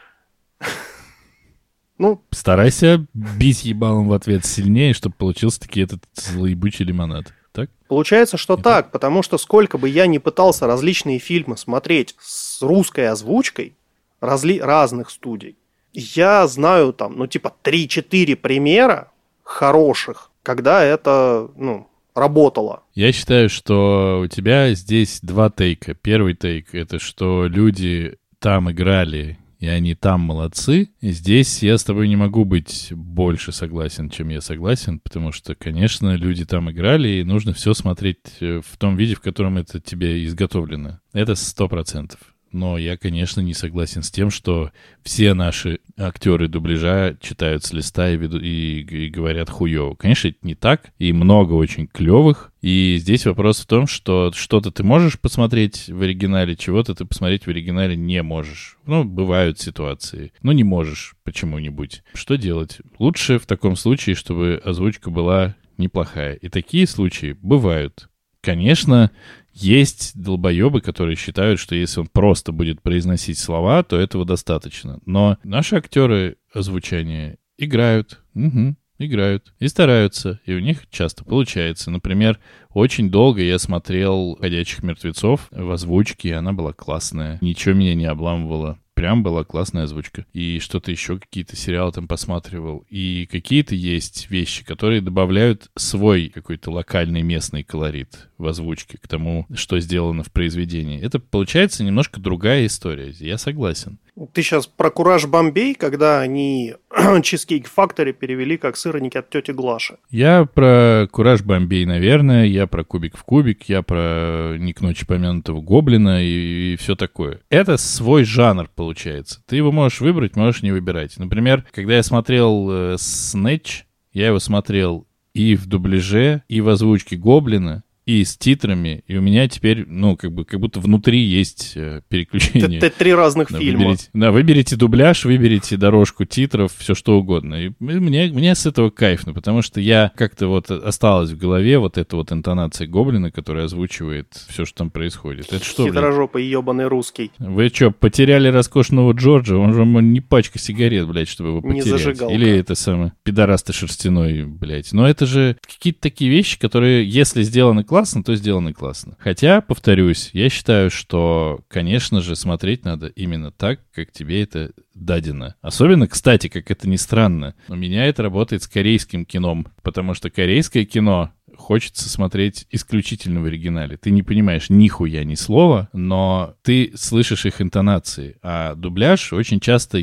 Speaker 2: Старайся бить ебалом в ответ сильнее, чтобы получился таки этот злоебучий лимонад. Так?
Speaker 1: Получается, что так, потому что сколько бы я ни пытался различные фильмы смотреть с русской озвучкой разных студий, я знаю 3-4 примера хороших, когда это, работало.
Speaker 2: Я считаю, что у тебя здесь 2 тейка. Первый тейк — это что люди там играли, и они там молодцы. И здесь я с тобой не могу быть больше согласен, чем я согласен, потому что, конечно, люди там играли, и нужно все смотреть в том виде, в котором это тебе изготовлено. Это 100%. Но я, конечно, не согласен с тем, что все наши актеры дубляжа читают с листа и говорят хуёво. Конечно, это не так, и много очень клёвых. И здесь вопрос в том, что что-то ты можешь посмотреть в оригинале, чего-то ты посмотреть в оригинале не можешь. Бывают ситуации. Не можешь почему-нибудь. Что делать? Лучше в таком случае, чтобы озвучка была неплохая. И такие случаи бывают. Конечно, есть долбоебы, которые считают, что если он просто будет произносить слова, то этого достаточно. Но наши актеры озвучания играют и стараются, и у них часто получается. Например, очень долго я смотрел «Ходячих мертвецов» в озвучке, и она была классная. Ничего меня не обламывало. Прям была классная озвучка. И что-то еще, какие-то сериалы там посматривал. И какие-то есть вещи, которые добавляют свой какой-то локальный местный колорит в озвучке к тому, что сделано в произведении. Это получается немножко другая история. Я согласен.
Speaker 1: Ты сейчас про «Кураж Бомбей», когда они Cheesecake Factory перевели как «Сырники от тети Глаши».
Speaker 2: Я про «Кураж Бомбей», наверное, я про «Кубик в кубик», я про «Не к ночи помянутого гоблина» и все такое. Это свой жанр, получается. Ты его можешь выбрать, можешь не выбирать. Например, когда я смотрел «Снэч», я его смотрел и в дубляже, и в озвучке гоблина, и с титрами, и у меня теперь, как будто внутри есть переключение.
Speaker 1: Это 3 разных фильма.
Speaker 2: Выберите дубляж, выберите дорожку титров, все что угодно. И мне с этого кайфно, потому что я как-то осталась в голове эта интонация гоблина, которая озвучивает все, что там происходит. Это что,
Speaker 1: хитрожопый ебаный русский.
Speaker 2: Вы что, потеряли роскошного Джорджа? Он же не пачка сигарет, блядь, чтобы его потерять.
Speaker 1: Не зажигалка.
Speaker 2: Или это самое, пидорас-то шерстяной, блядь. Но это же какие-то такие вещи, которые, если сделаны классно, то сделано классно. Хотя, повторюсь, я считаю, что, конечно же, смотреть надо именно так, как тебе это дадено. Особенно, кстати, как это ни странно, у меня это работает с корейским кином, потому что корейское кино хочется смотреть исключительно в оригинале. Ты не понимаешь нихуя ни слова, но ты слышишь их интонации, а дубляж очень часто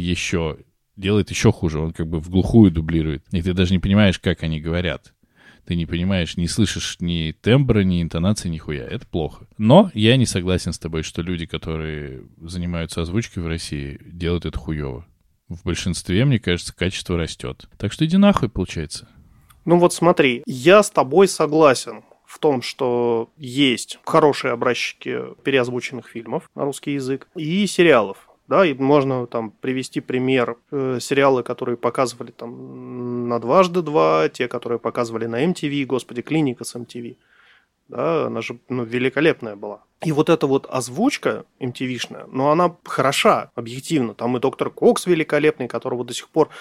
Speaker 2: делает еще хуже, он как бы вглухую дублирует, и ты даже не понимаешь, как они говорят. Ты не понимаешь, не слышишь ни тембра, ни интонации, нихуя. Это плохо. Но я не согласен с тобой, что люди, которые занимаются озвучкой в России, делают это хуево. В большинстве, мне кажется, качество растет. Так что иди нахуй, получается.
Speaker 1: Смотри, я с тобой согласен в том, что есть хорошие образчики переозвученных фильмов на русский язык и сериалов. Да, и можно там привести пример сериалы, которые показывали там на «Дважды два», те, которые показывали на MTV, господи, «Клиника» с MTV. Да, она же великолепная была. И вот эта вот озвучка MTV-шная, она хороша, объективно. Там и доктор Кокс великолепный, которого до сих пор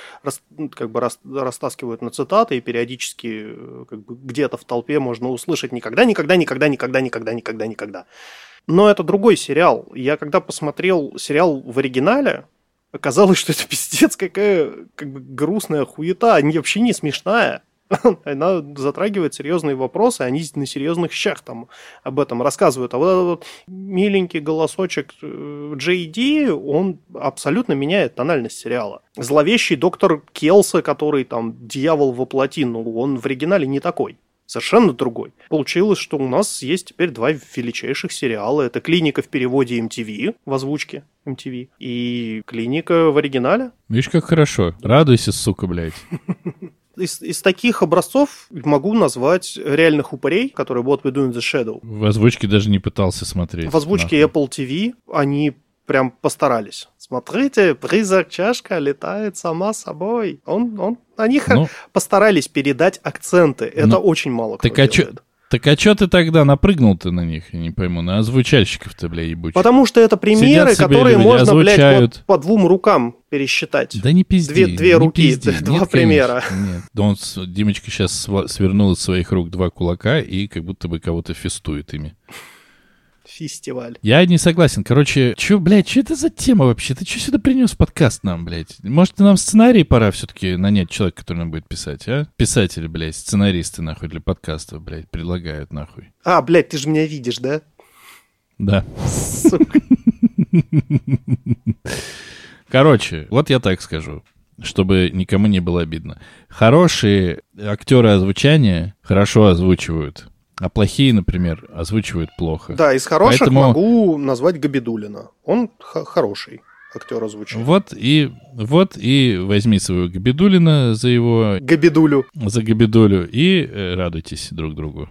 Speaker 1: растаскивают на цитаты, и периодически где-то в толпе можно услышать «никогда, никогда, никогда, никогда, никогда, никогда, никогда». Но это другой сериал. Я когда посмотрел сериал в оригинале, оказалось, что это пиздец какая грустная хуета, она вообще не смешная. Она затрагивает серьезные вопросы, они на серьезных щах там об этом рассказывают. А вот этот вот миленький голосочек Джей Ди, он абсолютно меняет тональность сериала. Зловещий доктор Келса, который там дьявол воплоти, он в оригинале не такой. Совершенно другой. Получилось, что у нас есть теперь два величайших сериала. Это «Клиника» в переводе MTV, в озвучке MTV, и «Клиника» в оригинале.
Speaker 2: Видишь, как хорошо. Радуйся, сука, блядь.
Speaker 1: Из таких образцов могу назвать «Реальных упырей», которые «What We Do in the Shadow».
Speaker 2: В озвучке даже не пытался смотреть.
Speaker 1: В озвучке Apple TV они прям постарались. Смотрите, призрак-чашка летает сама собой. Они постарались передать акценты. Это очень мало кто делает.
Speaker 2: Так а чё ты тогда напрыгнул-то на них, я не пойму, на озвучальщиков-то, бля, ебучих?
Speaker 1: Потому что это примеры, которые люди можно, озвучают. Блядь, по двум рукам пересчитать.
Speaker 2: Да не пизди.
Speaker 1: Две руки, два примера.
Speaker 2: Нет, да Димочка сейчас свернул из своих рук два кулака и как будто бы кого-то фестует ими.
Speaker 1: Фестиваль.
Speaker 2: Я не согласен. Короче, что это за тема вообще? Ты что сюда принес в подкаст нам, блядь? Может, нам сценарий пора все-таки нанять человека, который нам будет писать, а? Писатели, блядь, сценаристы, нахуй, для подкастов, блядь, предлагают, нахуй.
Speaker 1: Блядь, ты же меня видишь, да?
Speaker 2: Да.
Speaker 1: Сука.
Speaker 2: Короче, вот я так скажу, чтобы никому не было обидно. Хорошие актеры озвучания хорошо озвучивают. А плохие, например, озвучивают плохо.
Speaker 1: Да, из хороших могу назвать Габидуллина. Он хороший актер озвучивает.
Speaker 2: Вот и возьми своего Габидуллина за его...
Speaker 1: Габидулю.
Speaker 2: За Габидулю и радуйтесь друг другу.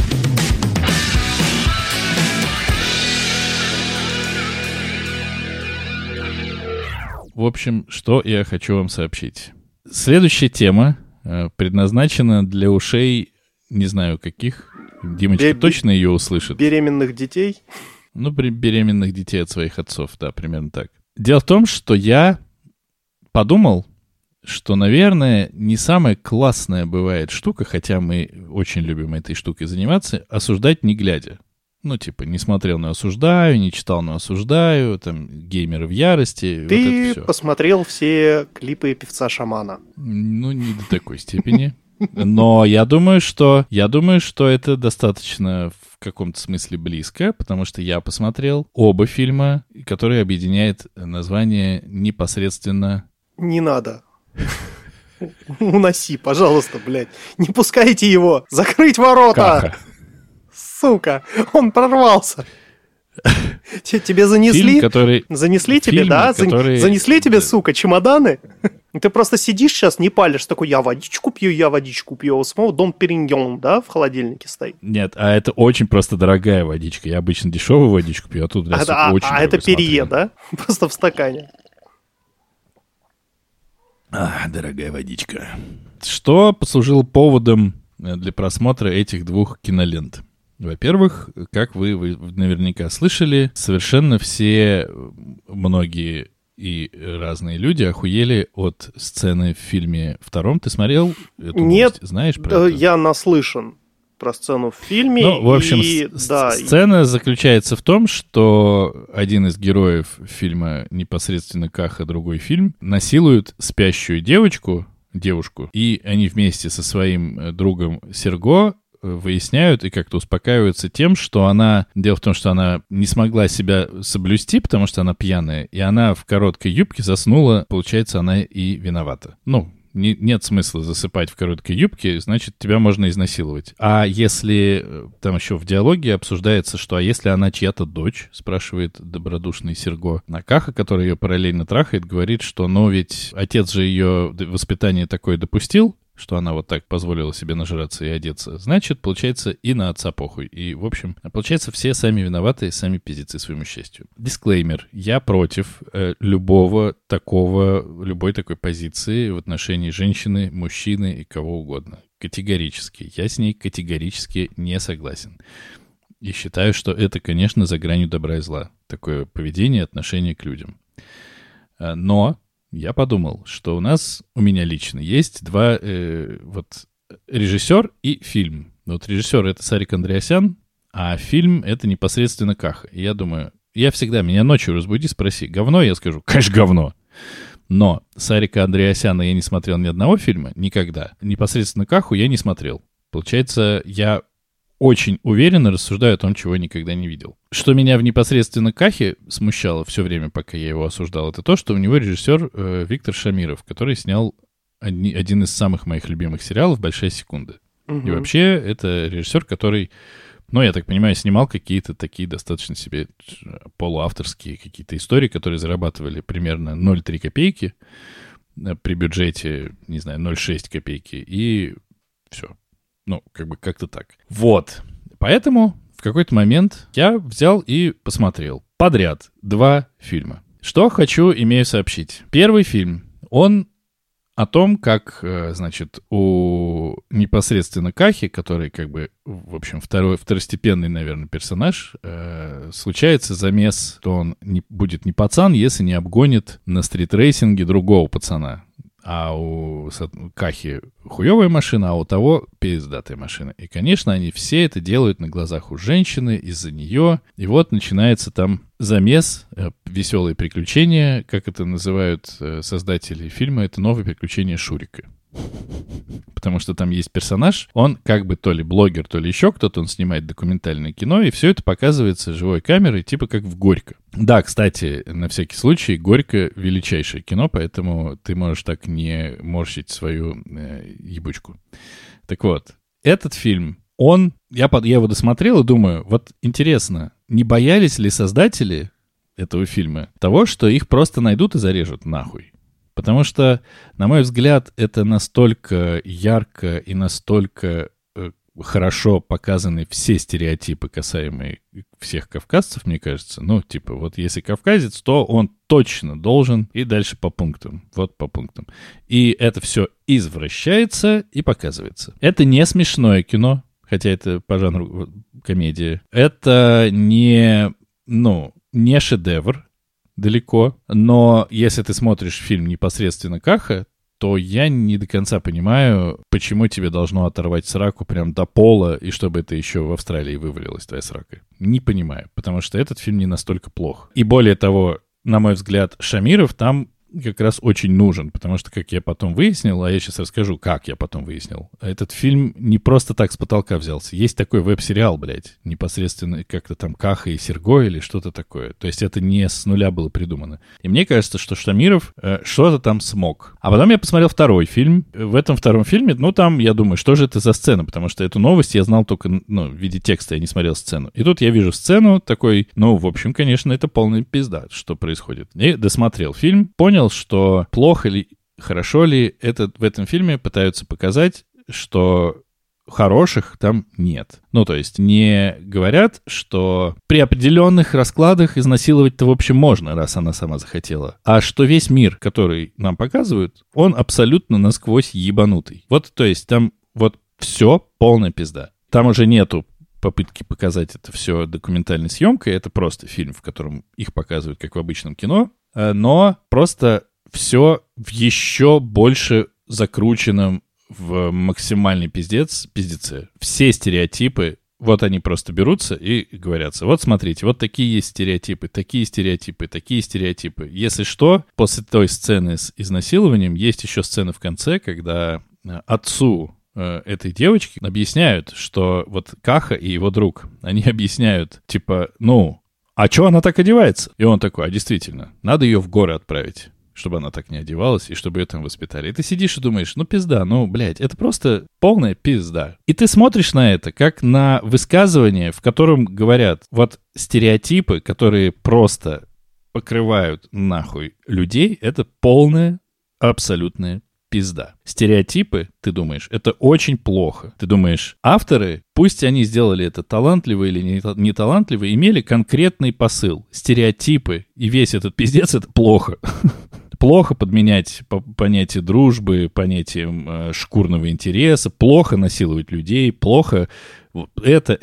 Speaker 2: В общем, что я хочу вам сообщить. Следующая тема предназначена для ушей, не знаю каких... Димочка точно ее услышит.
Speaker 1: Беременных детей?
Speaker 2: Беременных детей от своих отцов, да, примерно так. Дело в том, что я подумал, что, наверное, не самая классная бывает штука, хотя мы очень любим этой штукой заниматься, осуждать не глядя. Не смотрел, но осуждаю, не читал, но осуждаю, там, геймеры в ярости.
Speaker 1: Ты
Speaker 2: вот это все.
Speaker 1: Посмотрел все клипы певца-шамана?
Speaker 2: Не до такой степени. Но я думаю, что это достаточно в каком-то смысле близко, потому что я посмотрел оба фильма, которые объединяет название непосредственно...
Speaker 1: Не надо. Уноси, пожалуйста, блядь. Не пускайте его. Закрыть ворота.
Speaker 2: Каха.
Speaker 1: Сука, он прорвался. Тебе занесли? Занесли тебе, да? Занесли тебе, сука, чемоданы? Ты просто сидишь сейчас, не палишь, такой, я водичку пью, самого Дом Периньон, да, в холодильнике стоит.
Speaker 2: Нет, а это очень просто дорогая водичка. Я обычно дешевую водичку пью, а тут, сука, очень дорого.
Speaker 1: А это Перье, да? Просто в стакане.
Speaker 2: Дорогая водичка. Что послужило поводом для просмотра этих двух кинолент? Во-первых, как вы наверняка слышали, совершенно многие и разные люди охуели от сцены в фильме втором. Ты смотрел эту
Speaker 1: Нет,
Speaker 2: новость? Знаешь про это?
Speaker 1: Я наслышан про сцену в фильме.
Speaker 2: В общем, сцена заключается в том, что один из героев фильма непосредственно Каха, другой фильм, насилуют спящую девушку, и они вместе со своим другом Серго выясняют и как-то успокаиваются тем, что дело в том, что она не смогла себя соблюсти, потому что она пьяная, и она в короткой юбке заснула, получается, она и виновата. Нет смысла засыпать в короткой юбке, значит, тебя можно изнасиловать. А если, там еще в диалоге обсуждается, что, а если она чья-то дочь, спрашивает добродушный Серго. А Каха, который ее параллельно трахает, говорит, что, ведь отец же ее воспитание такое допустил, что она вот так позволила себе нажраться и одеться, значит, получается, и на отца похуй. И, в общем, получается, все сами виноваты, сами пиздецы своему счастью. Дисклеймер. Я против любой такой позиции в отношении женщины, мужчины и кого угодно. Категорически. Я с ней категорически не согласен. И считаю, что это, конечно, за гранью добра и зла. Такое поведение, отношение к людям. Но я подумал, что у меня лично есть два режиссер и фильм. Вот режиссер — это Сарик Андреасян, а фильм — это непосредственно Каха. И я думаю, меня ночью разбуди, спроси, говно? Я скажу, конечно, говно. Но Сарика Андреасяна я не смотрел ни одного фильма, никогда. Непосредственно Каху я не смотрел. Получается, я очень уверенно рассуждаю о том, чего я никогда не видел. Что меня в непосредственно Кахе смущало все время, пока я его осуждал, это то, что у него режиссер Виктор Шамиров, который снял один из самых моих любимых сериалов «Большая секунда». И вообще это режиссер, который, я так понимаю, снимал какие-то такие достаточно себе полуавторские какие-то истории, которые зарабатывали примерно 0,3 копейки при бюджете, не знаю, 0,6 копейки, и все. Как-то так. Вот. Поэтому в какой-то момент я взял и посмотрел подряд 2 фильма. Что имею сообщить. Первый фильм, он о том, как, у непосредственно Кахи, который, в общем, второстепенный, наверное, персонаж, случается замес, что он будет не пацан, если не обгонит на стритрейсинге другого пацана. А у Кахи хуевая машина, а у того пиздатая машина. И, конечно, они все это делают на глазах у женщины, из-за нее. И вот начинается там замес, веселые приключения, как это называют создатели фильма, это новые приключения Шурика. Потому что там есть персонаж, он то ли блогер, то ли еще кто-то, он снимает документальное кино, и все это показывается живой камерой, типа как в «Горько». Да, кстати, на всякий случай, «Горько» — величайшее кино, поэтому ты можешь так не морщить свою ебучку. Так вот, этот фильм, я его досмотрел и думаю, вот интересно, не боялись ли создатели этого фильма того, что их просто найдут и зарежут нахуй? Потому что, на мой взгляд, это настолько ярко и настолько хорошо показаны все стереотипы, касаемые всех кавказцев, мне кажется. Вот если кавказец, то он точно должен, и дальше по пунктам. Вот по пунктам. И это все извращается и показывается. Это не смешное кино, хотя это по жанру комедия. Это не шедевр. Далеко. Но если ты смотришь фильм непосредственно Каха, то я не до конца понимаю, почему тебе должно оторвать сраку прям до пола, и чтобы это еще в Австралии вывалилась твоя срака. Не понимаю, потому что этот фильм не настолько плох. И более того, на мой взгляд, Шамиров там как раз очень нужен, потому что, как я потом выяснил, а я сейчас расскажу, как я потом выяснил, этот фильм не просто так с потолка взялся. Есть такой веб-сериал, непосредственно как-то там Каха и Серго или что-то такое. То есть это не с нуля было придумано. И мне кажется, что Шамиров что-то там смог. А потом я посмотрел второй фильм. В этом втором фильме, там, я думаю, что же это за сцена? Потому что эту новость я знал только, в виде текста, я не смотрел сцену. И тут я вижу сцену такой, в общем, конечно, это полная пизда, что происходит. И досмотрел фильм, понял, что плохо ли, хорошо ли в этом фильме пытаются показать, что хороших там нет. То есть не говорят, что при определенных раскладах изнасиловать-то, в общем, можно, раз она сама захотела. А что весь мир, который нам показывают, он абсолютно насквозь ебанутый. То есть там все полная пизда. Там уже нету попытки показать это все документальной съемкой. Это просто фильм, в котором их показывают, как в обычном кино. Но просто все в еще больше закрученном, в максимальный пиздеце. Все стереотипы, они просто берутся и говорятся, смотрите, такие есть стереотипы, такие стереотипы, такие стереотипы. Если что, после той сцены с изнасилованием есть еще сцена в конце, когда отцу этой девочки объясняют, что Каха и его друг, они объясняют, а чё она так одевается? И он такой, действительно, надо ее в горы отправить, чтобы она так не одевалась, и чтобы ее там воспитали. И ты сидишь и думаешь, пизда, это просто полная пизда. И ты смотришь на это, как на высказывание, в котором говорят, стереотипы, которые просто покрывают нахуй людей, это полная, абсолютная пизда. Стереотипы, ты думаешь, это очень плохо. Ты думаешь, авторы, пусть они сделали это талантливо или не талантливо, имели конкретный посыл. Стереотипы и весь этот пиздец — это плохо. Плохо подменять понятие дружбы, понятие шкурного интереса, плохо насиловать людей, плохо это.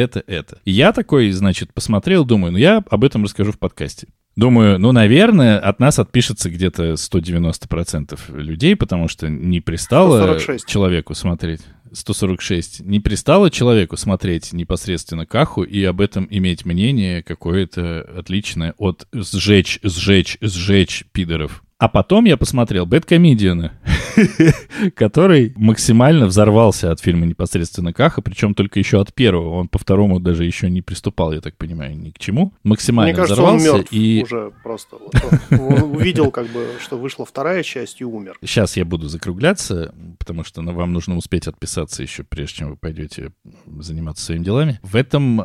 Speaker 2: И я такой, значит, посмотрел, думаю, я об этом расскажу в подкасте. Думаю, наверное, от нас отпишется где-то 190% людей, потому что не пристало
Speaker 1: 146.
Speaker 2: Человеку смотреть. 146. Не пристало человеку смотреть непосредственно Каху и об этом иметь мнение какое-то отличное от сжечь пидоров. А потом я посмотрел «Бэдкомедиана», который максимально взорвался от фильма непосредственно Каха, причем только еще от первого. Он по второму даже еще не приступал, я так понимаю, ни к чему. Максимально
Speaker 1: Мне кажется,
Speaker 2: взорвался.
Speaker 1: Он мертв уже просто. Он увидел, как бы, что вышла вторая часть и умер.
Speaker 2: Сейчас я буду закругляться, потому что вам нужно успеть отписаться еще, прежде чем вы пойдете заниматься своими делами. В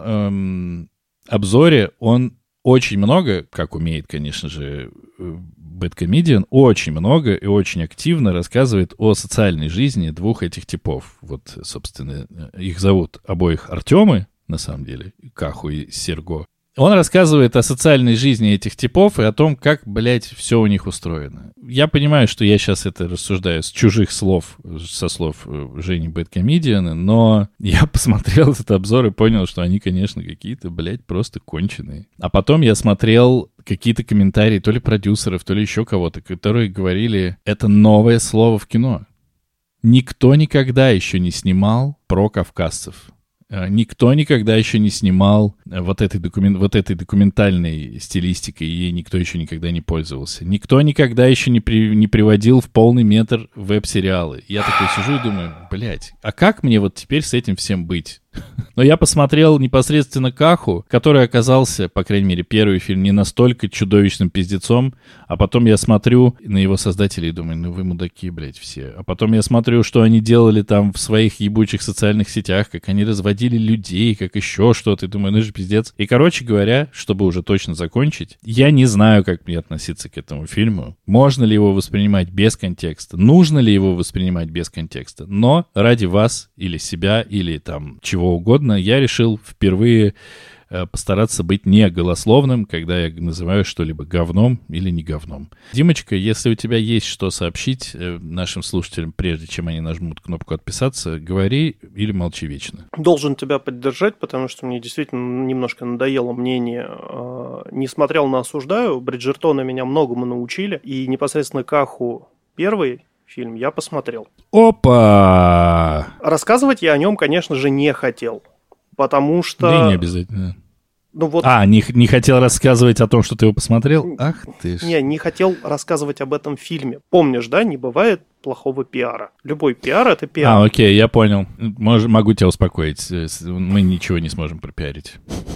Speaker 2: этом обзоре он очень много, как умеет, конечно же, Бэдкомедиан, очень много и очень активно рассказывает о социальной жизни двух этих типов. Вот, собственно, их зовут обоих Артемы, на самом деле, Каху и Серго. Он рассказывает о социальной жизни этих типов и о том, как, блядь, все у них устроено. Я понимаю, что я сейчас это рассуждаю с чужих слов, со слов Жени Бэдкомедиана, но я посмотрел этот обзор и понял, что они, конечно, какие-то, блядь, просто конченые. А потом я смотрел какие-то комментарии то ли продюсеров, то ли еще кого-то, которые говорили, это новое слово в кино. Никто никогда еще не снимал про кавказцев. Никто никогда еще не снимал вот этой документальной стилистикой, и ей никто еще никогда не пользовался. Никто никогда еще не приводил в полный метр веб-сериалы. Я такой сижу и думаю, блядь, а как мне вот теперь с этим всем быть? Но я посмотрел непосредственно Каху, который оказался, по крайней мере, первый фильм не настолько чудовищным пиздецом, а потом я смотрю на его создателей и думаю, вы мудаки, блядь, все. А потом я смотрю, что они делали там в своих ебучих социальных сетях, как они разводили людей, как еще что-то, и думаю, это же пиздец. И, короче говоря, чтобы уже точно закончить, я не знаю, как мне относиться к этому фильму. Можно ли его воспринимать без контекста? Нужно ли его воспринимать без контекста? Но ради вас или себя, или там чего угодно, я решил впервые постараться быть не голословным, когда я называю что-либо говном или не говном. Димочка, если у тебя есть что сообщить нашим слушателям, прежде чем они нажмут кнопку «Отписаться», говори или молчи вечно.
Speaker 1: Должен тебя поддержать, потому что мне действительно немножко надоело мнение. Не смотрел на «Осуждаю», Бриджертоны меня многому научили, и непосредственно Каху первый фильм я посмотрел.
Speaker 2: Опа!
Speaker 1: Рассказывать я о нем, конечно же, не хотел. Потому что...
Speaker 2: Да и не обязательно.
Speaker 1: Ну, вот...
Speaker 2: не хотел рассказывать о том, что ты его посмотрел? Ах ты ж.
Speaker 1: Не хотел рассказывать об этом фильме. Помнишь, да, не бывает плохого пиара. Любой пиар — это пиар.
Speaker 2: Окей, я понял. Могу тебя успокоить. Мы ничего не сможем пропиарить.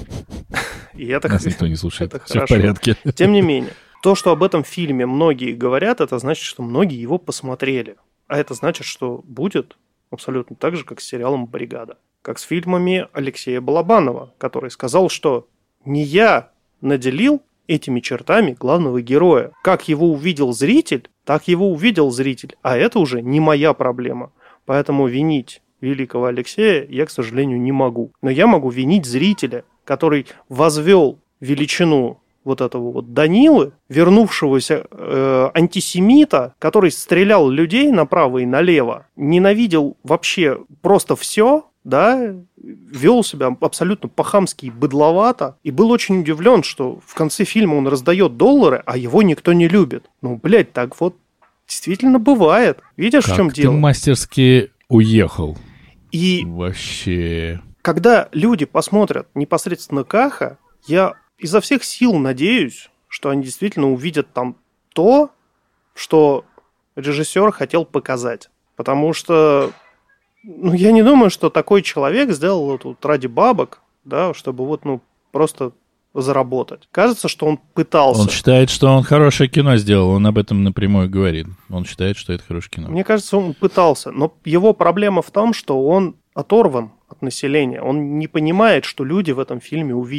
Speaker 2: Нас никто не слушает. Все в порядке.
Speaker 1: Тем не менее, то, что об этом фильме многие говорят, это значит, что многие его посмотрели. А это значит, что будет абсолютно так же, как с сериалом «Бригада». Как с фильмами Алексея Балабанова, который сказал, что не я наделил этими чертами главного героя. Как его увидел зритель, так его увидел зритель. А это уже не моя проблема. Поэтому винить великого Алексея я, к сожалению, не могу. Но я могу винить зрителя, который возвел величину вот этого вот Данилы, вернувшегося антисемита, который стрелял людей направо и налево, ненавидел вообще просто все, да, вел себя абсолютно по-хамски и быдловато, и был очень удивлен, что в конце фильма он раздает доллары, а его никто не любит. Ну, блядь, так вот действительно бывает. Видишь, в чем дело?
Speaker 2: Как ты мастерски уехал.
Speaker 1: И
Speaker 2: вообще...
Speaker 1: Когда люди посмотрят непосредственно Каха, я изо всех сил надеюсь, что они действительно увидят там то, что режиссер хотел показать. Потому что я не думаю, что такой человек сделал это вот ради бабок, да, чтобы вот, просто заработать. Кажется, что он пытался.
Speaker 2: Он считает, что он хорошее кино сделал, он об этом напрямую говорит. Он считает, что это хорошее кино.
Speaker 1: Мне кажется, он пытался, но его проблема в том, что он оторван от населения. Он не понимает, что люди в этом фильме увидят.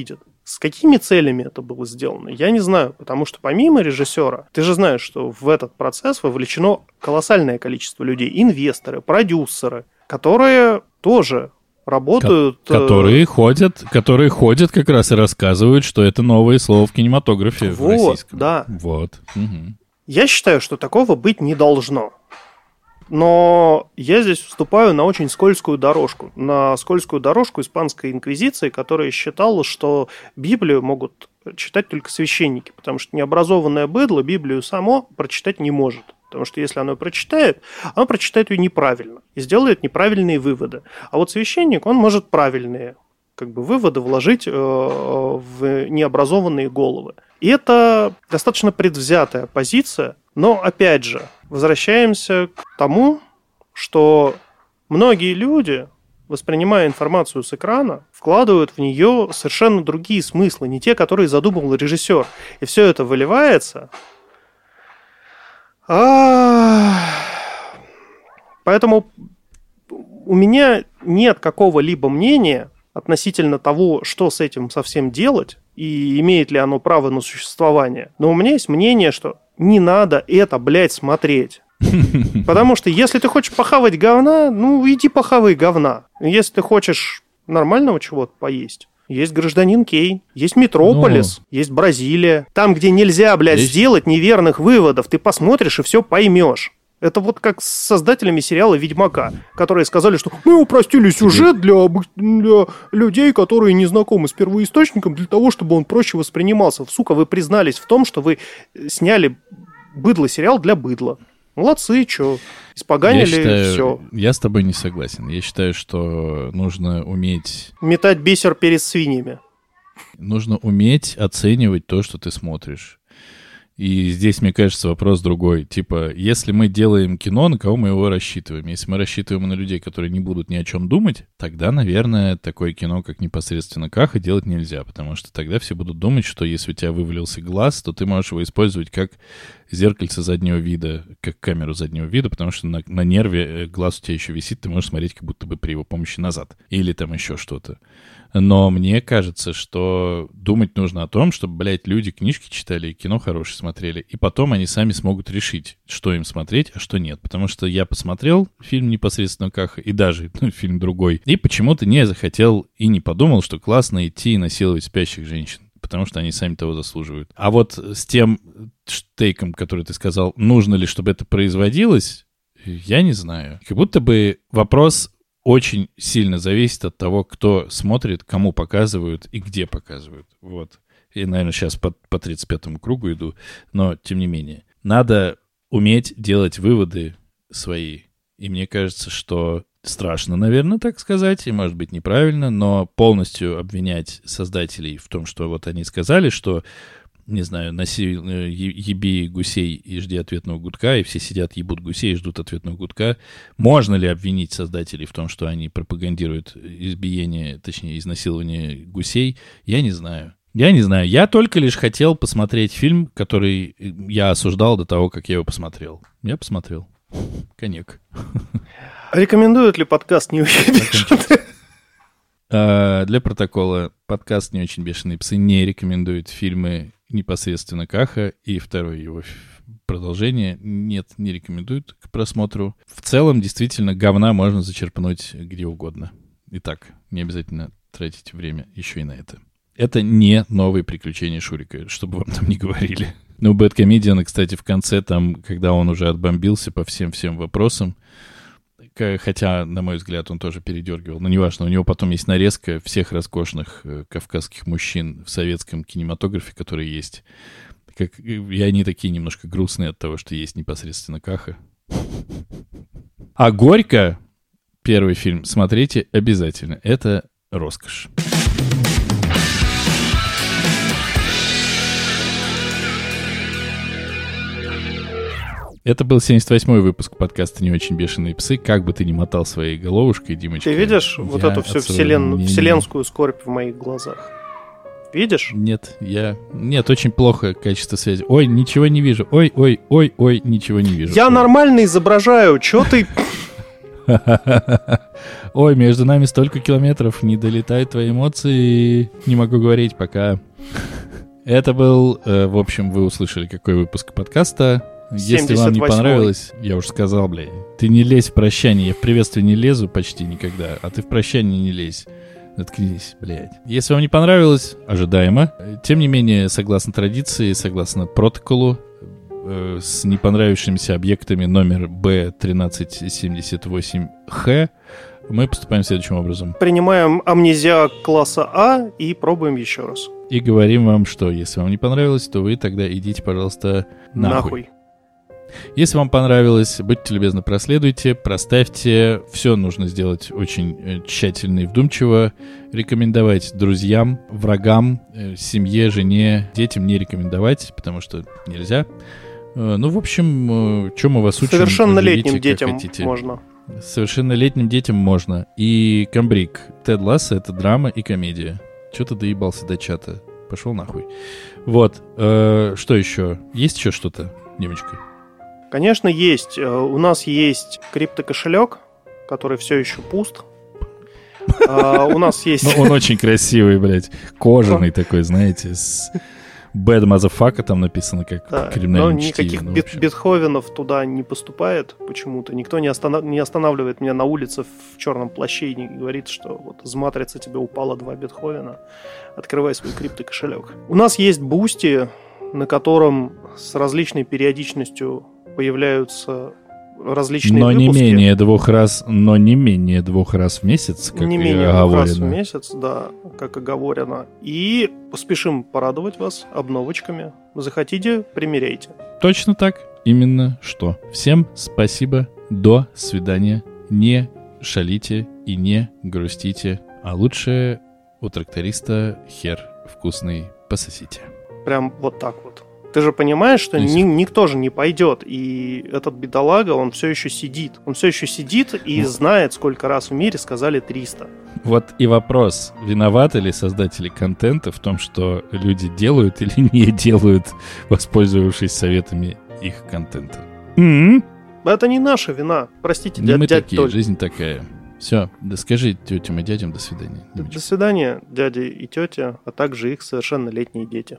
Speaker 1: С какими целями это было сделано, я не знаю, потому что помимо режиссера, ты же знаешь, что в этот процесс вовлечено колоссальное количество людей, инвесторы, продюсеры, которые тоже работают...
Speaker 2: Которые ходят как раз и рассказывают, что это новое слово в кинематографе в российском.
Speaker 1: Да.
Speaker 2: Вот. Угу.
Speaker 1: Я считаю, что такого быть не должно. Но я здесь вступаю на очень скользкую дорожку. На скользкую дорожку испанской инквизиции, которая считала, что Библию могут читать только священники, потому что необразованное быдло Библию само прочитать не может. Потому что если оно прочитает ее неправильно и сделает неправильные выводы. А вот священник, он может правильные выводы вложить в необразованные головы. И это достаточно предвзятая позиция, но, опять же, возвращаемся к тому, что многие люди, воспринимая информацию с экрана, вкладывают в нее совершенно другие смыслы, не те, которые задумал режиссер. И все это выливается. Поэтому у меня нет какого-либо мнения относительно того, что с этим совсем делать, и имеет ли оно право на существование. Но у меня есть мнение, что не надо это, смотреть. Потому что если ты хочешь похавать говна, иди похавай говна. Если ты хочешь нормального чего-то поесть, есть «Гражданин Кейн», есть «Метрополис», есть «Бразилия». Там, где нельзя, сделать неверных выводов, ты посмотришь и все поймешь. Это вот как с создателями сериала «Ведьмака», которые сказали, что мы упростили сюжет для людей, которые не знакомы с первоисточником, для того, чтобы он проще воспринимался. Сука, вы признались в том, что вы сняли быдло-сериал для быдла. Молодцы, что, испоганили все.
Speaker 2: Я с тобой не согласен. Я считаю, что нужно уметь...
Speaker 1: метать бисер перед свиньями.
Speaker 2: Нужно уметь оценивать то, что ты смотришь. И здесь, мне кажется, вопрос другой. Типа, если мы делаем кино, на кого мы его рассчитываем? Если мы рассчитываем на людей, которые не будут ни о чем думать, тогда, наверное, такое кино, как непосредственно Каха, делать нельзя. Потому что тогда все будут думать, что если у тебя вывалился глаз, то ты можешь его использовать как зеркальце заднего вида, как камеру заднего вида, потому что на нерве глаз у тебя еще висит, ты можешь смотреть как будто бы при его помощи назад. Или там еще что-то. Но мне кажется, что думать нужно о том, чтобы, люди книжки читали и кино хорошее смотрели, и потом они сами смогут решить, что им смотреть, а что нет. Потому что я посмотрел фильм непосредственно Каха, и даже фильм другой, и почему-то не захотел и не подумал, что классно идти и насиловать спящих женщин, потому что они сами того заслуживают. А вот с тем тейком, который ты сказал, нужно ли, чтобы это производилось, я не знаю. Как будто бы вопрос... очень сильно зависит от того, кто смотрит, кому показывают и где показывают. Вот. И, наверное, сейчас по 35-му кругу иду, но тем не менее. Надо уметь делать выводы свои. И мне кажется, что страшно, наверное, так сказать, и, может быть, неправильно, но полностью обвинять создателей в том, что вот они сказали, что не знаю, еби гусей и жди ответного гудка, и все сидят, ебут гусей и ждут ответного гудка. Можно ли обвинить создателей в том, что они пропагандируют избиение, точнее, изнасилование гусей? Я не знаю. Я только лишь хотел посмотреть фильм, который я осуждал до того, как я его посмотрел. Я посмотрел. Коньяк.
Speaker 1: Рекомендуют ли подкаст «Не очень бешеные»?
Speaker 2: Для протокола, подкаст «Не очень бешеные псы» не рекомендует фильмы непосредственно Каха, и второе его продолжение не рекомендуют к просмотру. В целом, действительно, говна можно зачерпнуть где угодно. Итак, не обязательно тратить время еще и на это. Это не новые приключения Шурика, чтобы вам там не говорили. Ну, Бэдкомедиан, кстати, в конце, там, когда он уже отбомбился по всем вопросам, хотя, на мой взгляд, он тоже передергивал, но неважно, у него потом есть нарезка всех роскошных кавказских мужчин в советском кинематографе, которые есть. И они такие немножко грустные от того, что есть непосредственно Каха. А «Горько», первый фильм, смотрите обязательно. Это роскошь. Это был 78-й выпуск подкаста «Не очень бешеные псы». Как бы ты ни мотал своей головушкой, Димочка...
Speaker 1: Ты видишь вот эту всю вселенскую скорбь в моих глазах? Видишь?
Speaker 2: Нет, очень плохо качество связи. Ой, ничего не вижу. Ой, ничего не вижу.
Speaker 1: Я нормально изображаю. Чё ты...
Speaker 2: Ой, между нами столько километров, не долетают твои эмоции, не могу говорить пока. Это был, в общем, вы услышали, какой выпуск подкаста. Если вам не понравилось, я уже сказал, блядь, ты не лезь в прощание. Я в приветствие не лезу почти никогда, а ты в прощание не лезь. Заткнись, блядь. Если вам не понравилось, ожидаемо. Тем не менее, согласно традиции, согласно протоколу, с непонравившимися объектами номер B1378H мы поступаем следующим образом.
Speaker 1: Принимаем амнезиак класса А и пробуем еще раз.
Speaker 2: И говорим вам, что если вам не понравилось, то вы тогда идите, пожалуйста, нахуй. Если вам понравилось, будьте любезны, проследуйте, проставьте. Все нужно сделать очень тщательно и вдумчиво. Рекомендовать друзьям, врагам, семье, жене, детям не рекомендовать, потому что нельзя. Ну, в общем, чем мы вас учим?
Speaker 1: Совершеннолетним детям можно.
Speaker 2: Совершеннолетним детям можно. И комбриг. Тед Лассо — это драма и комедия. Че ты доебался до чата? Пошел нахуй. Вот. Что еще? Есть еще что-то, девочка?
Speaker 1: Конечно, есть. У нас есть криптокошелек, который все еще пуст. У нас есть...
Speaker 2: Ну, он очень красивый, блядь. Кожаный такой, знаете, с Bad Motherfucker там написано, как в криминальном чтиве.
Speaker 1: Но никаких Бетховенов туда не поступает почему-то. Никто не останавливает меня на улице в черном плаще и не говорит, что вот из матрицы тебе упало 2 Бетховена. Открывай свой криптокошелек. У нас есть Boosty, на котором с различной периодичностью появляются различные выпуски. Но не менее двух раз в месяц, как не менее двух раз в месяц, да, как оговорено. И поспешим порадовать вас обновочками. Захотите, примеряйте.
Speaker 2: Точно так. Именно что. Всем спасибо. До свидания. Не шалите и не грустите. А лучше у тракториста хер вкусный пососите.
Speaker 1: Прям вот так вот. Ты же понимаешь, что никто же не пойдет. И этот бедолага, он все еще сидит. Он все еще сидит и знает, сколько раз в мире сказали 300.
Speaker 2: Вот и вопрос. Виноваты ли создатели контента в том, что люди делают или не делают, воспользовавшись советами их контента?
Speaker 1: Это не наша вина. Простите,
Speaker 2: дядя. Мы такие, жизнь такая. Все, да скажи тетям и дядям до свидания.
Speaker 1: До свидания, дяди и тетя, а также их совершеннолетние дети.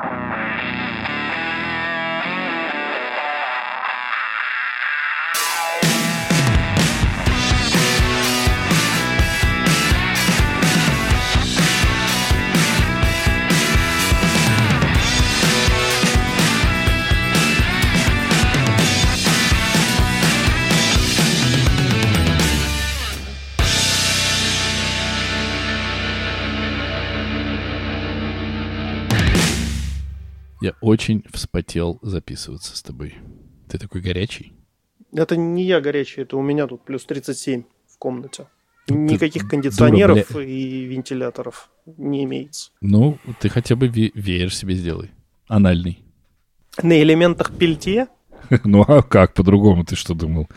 Speaker 2: Я очень вспотел записываться с тобой. Ты такой горячий.
Speaker 1: Это не я горячий, это у меня тут плюс 37 в комнате. Никаких кондиционеров и вентиляторов не имеется.
Speaker 2: Ну, ты хотя бы веер себе сделай. Анальный.
Speaker 1: На элементах пельтье?
Speaker 2: Ну, а как по-другому? Ты что думал?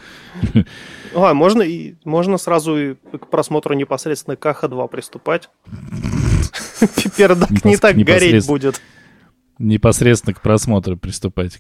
Speaker 1: Можно сразу и к просмотру непосредственно Каха-2 приступать. Пердак не так гореть будет.
Speaker 2: Непосредственно к просмотру приступать.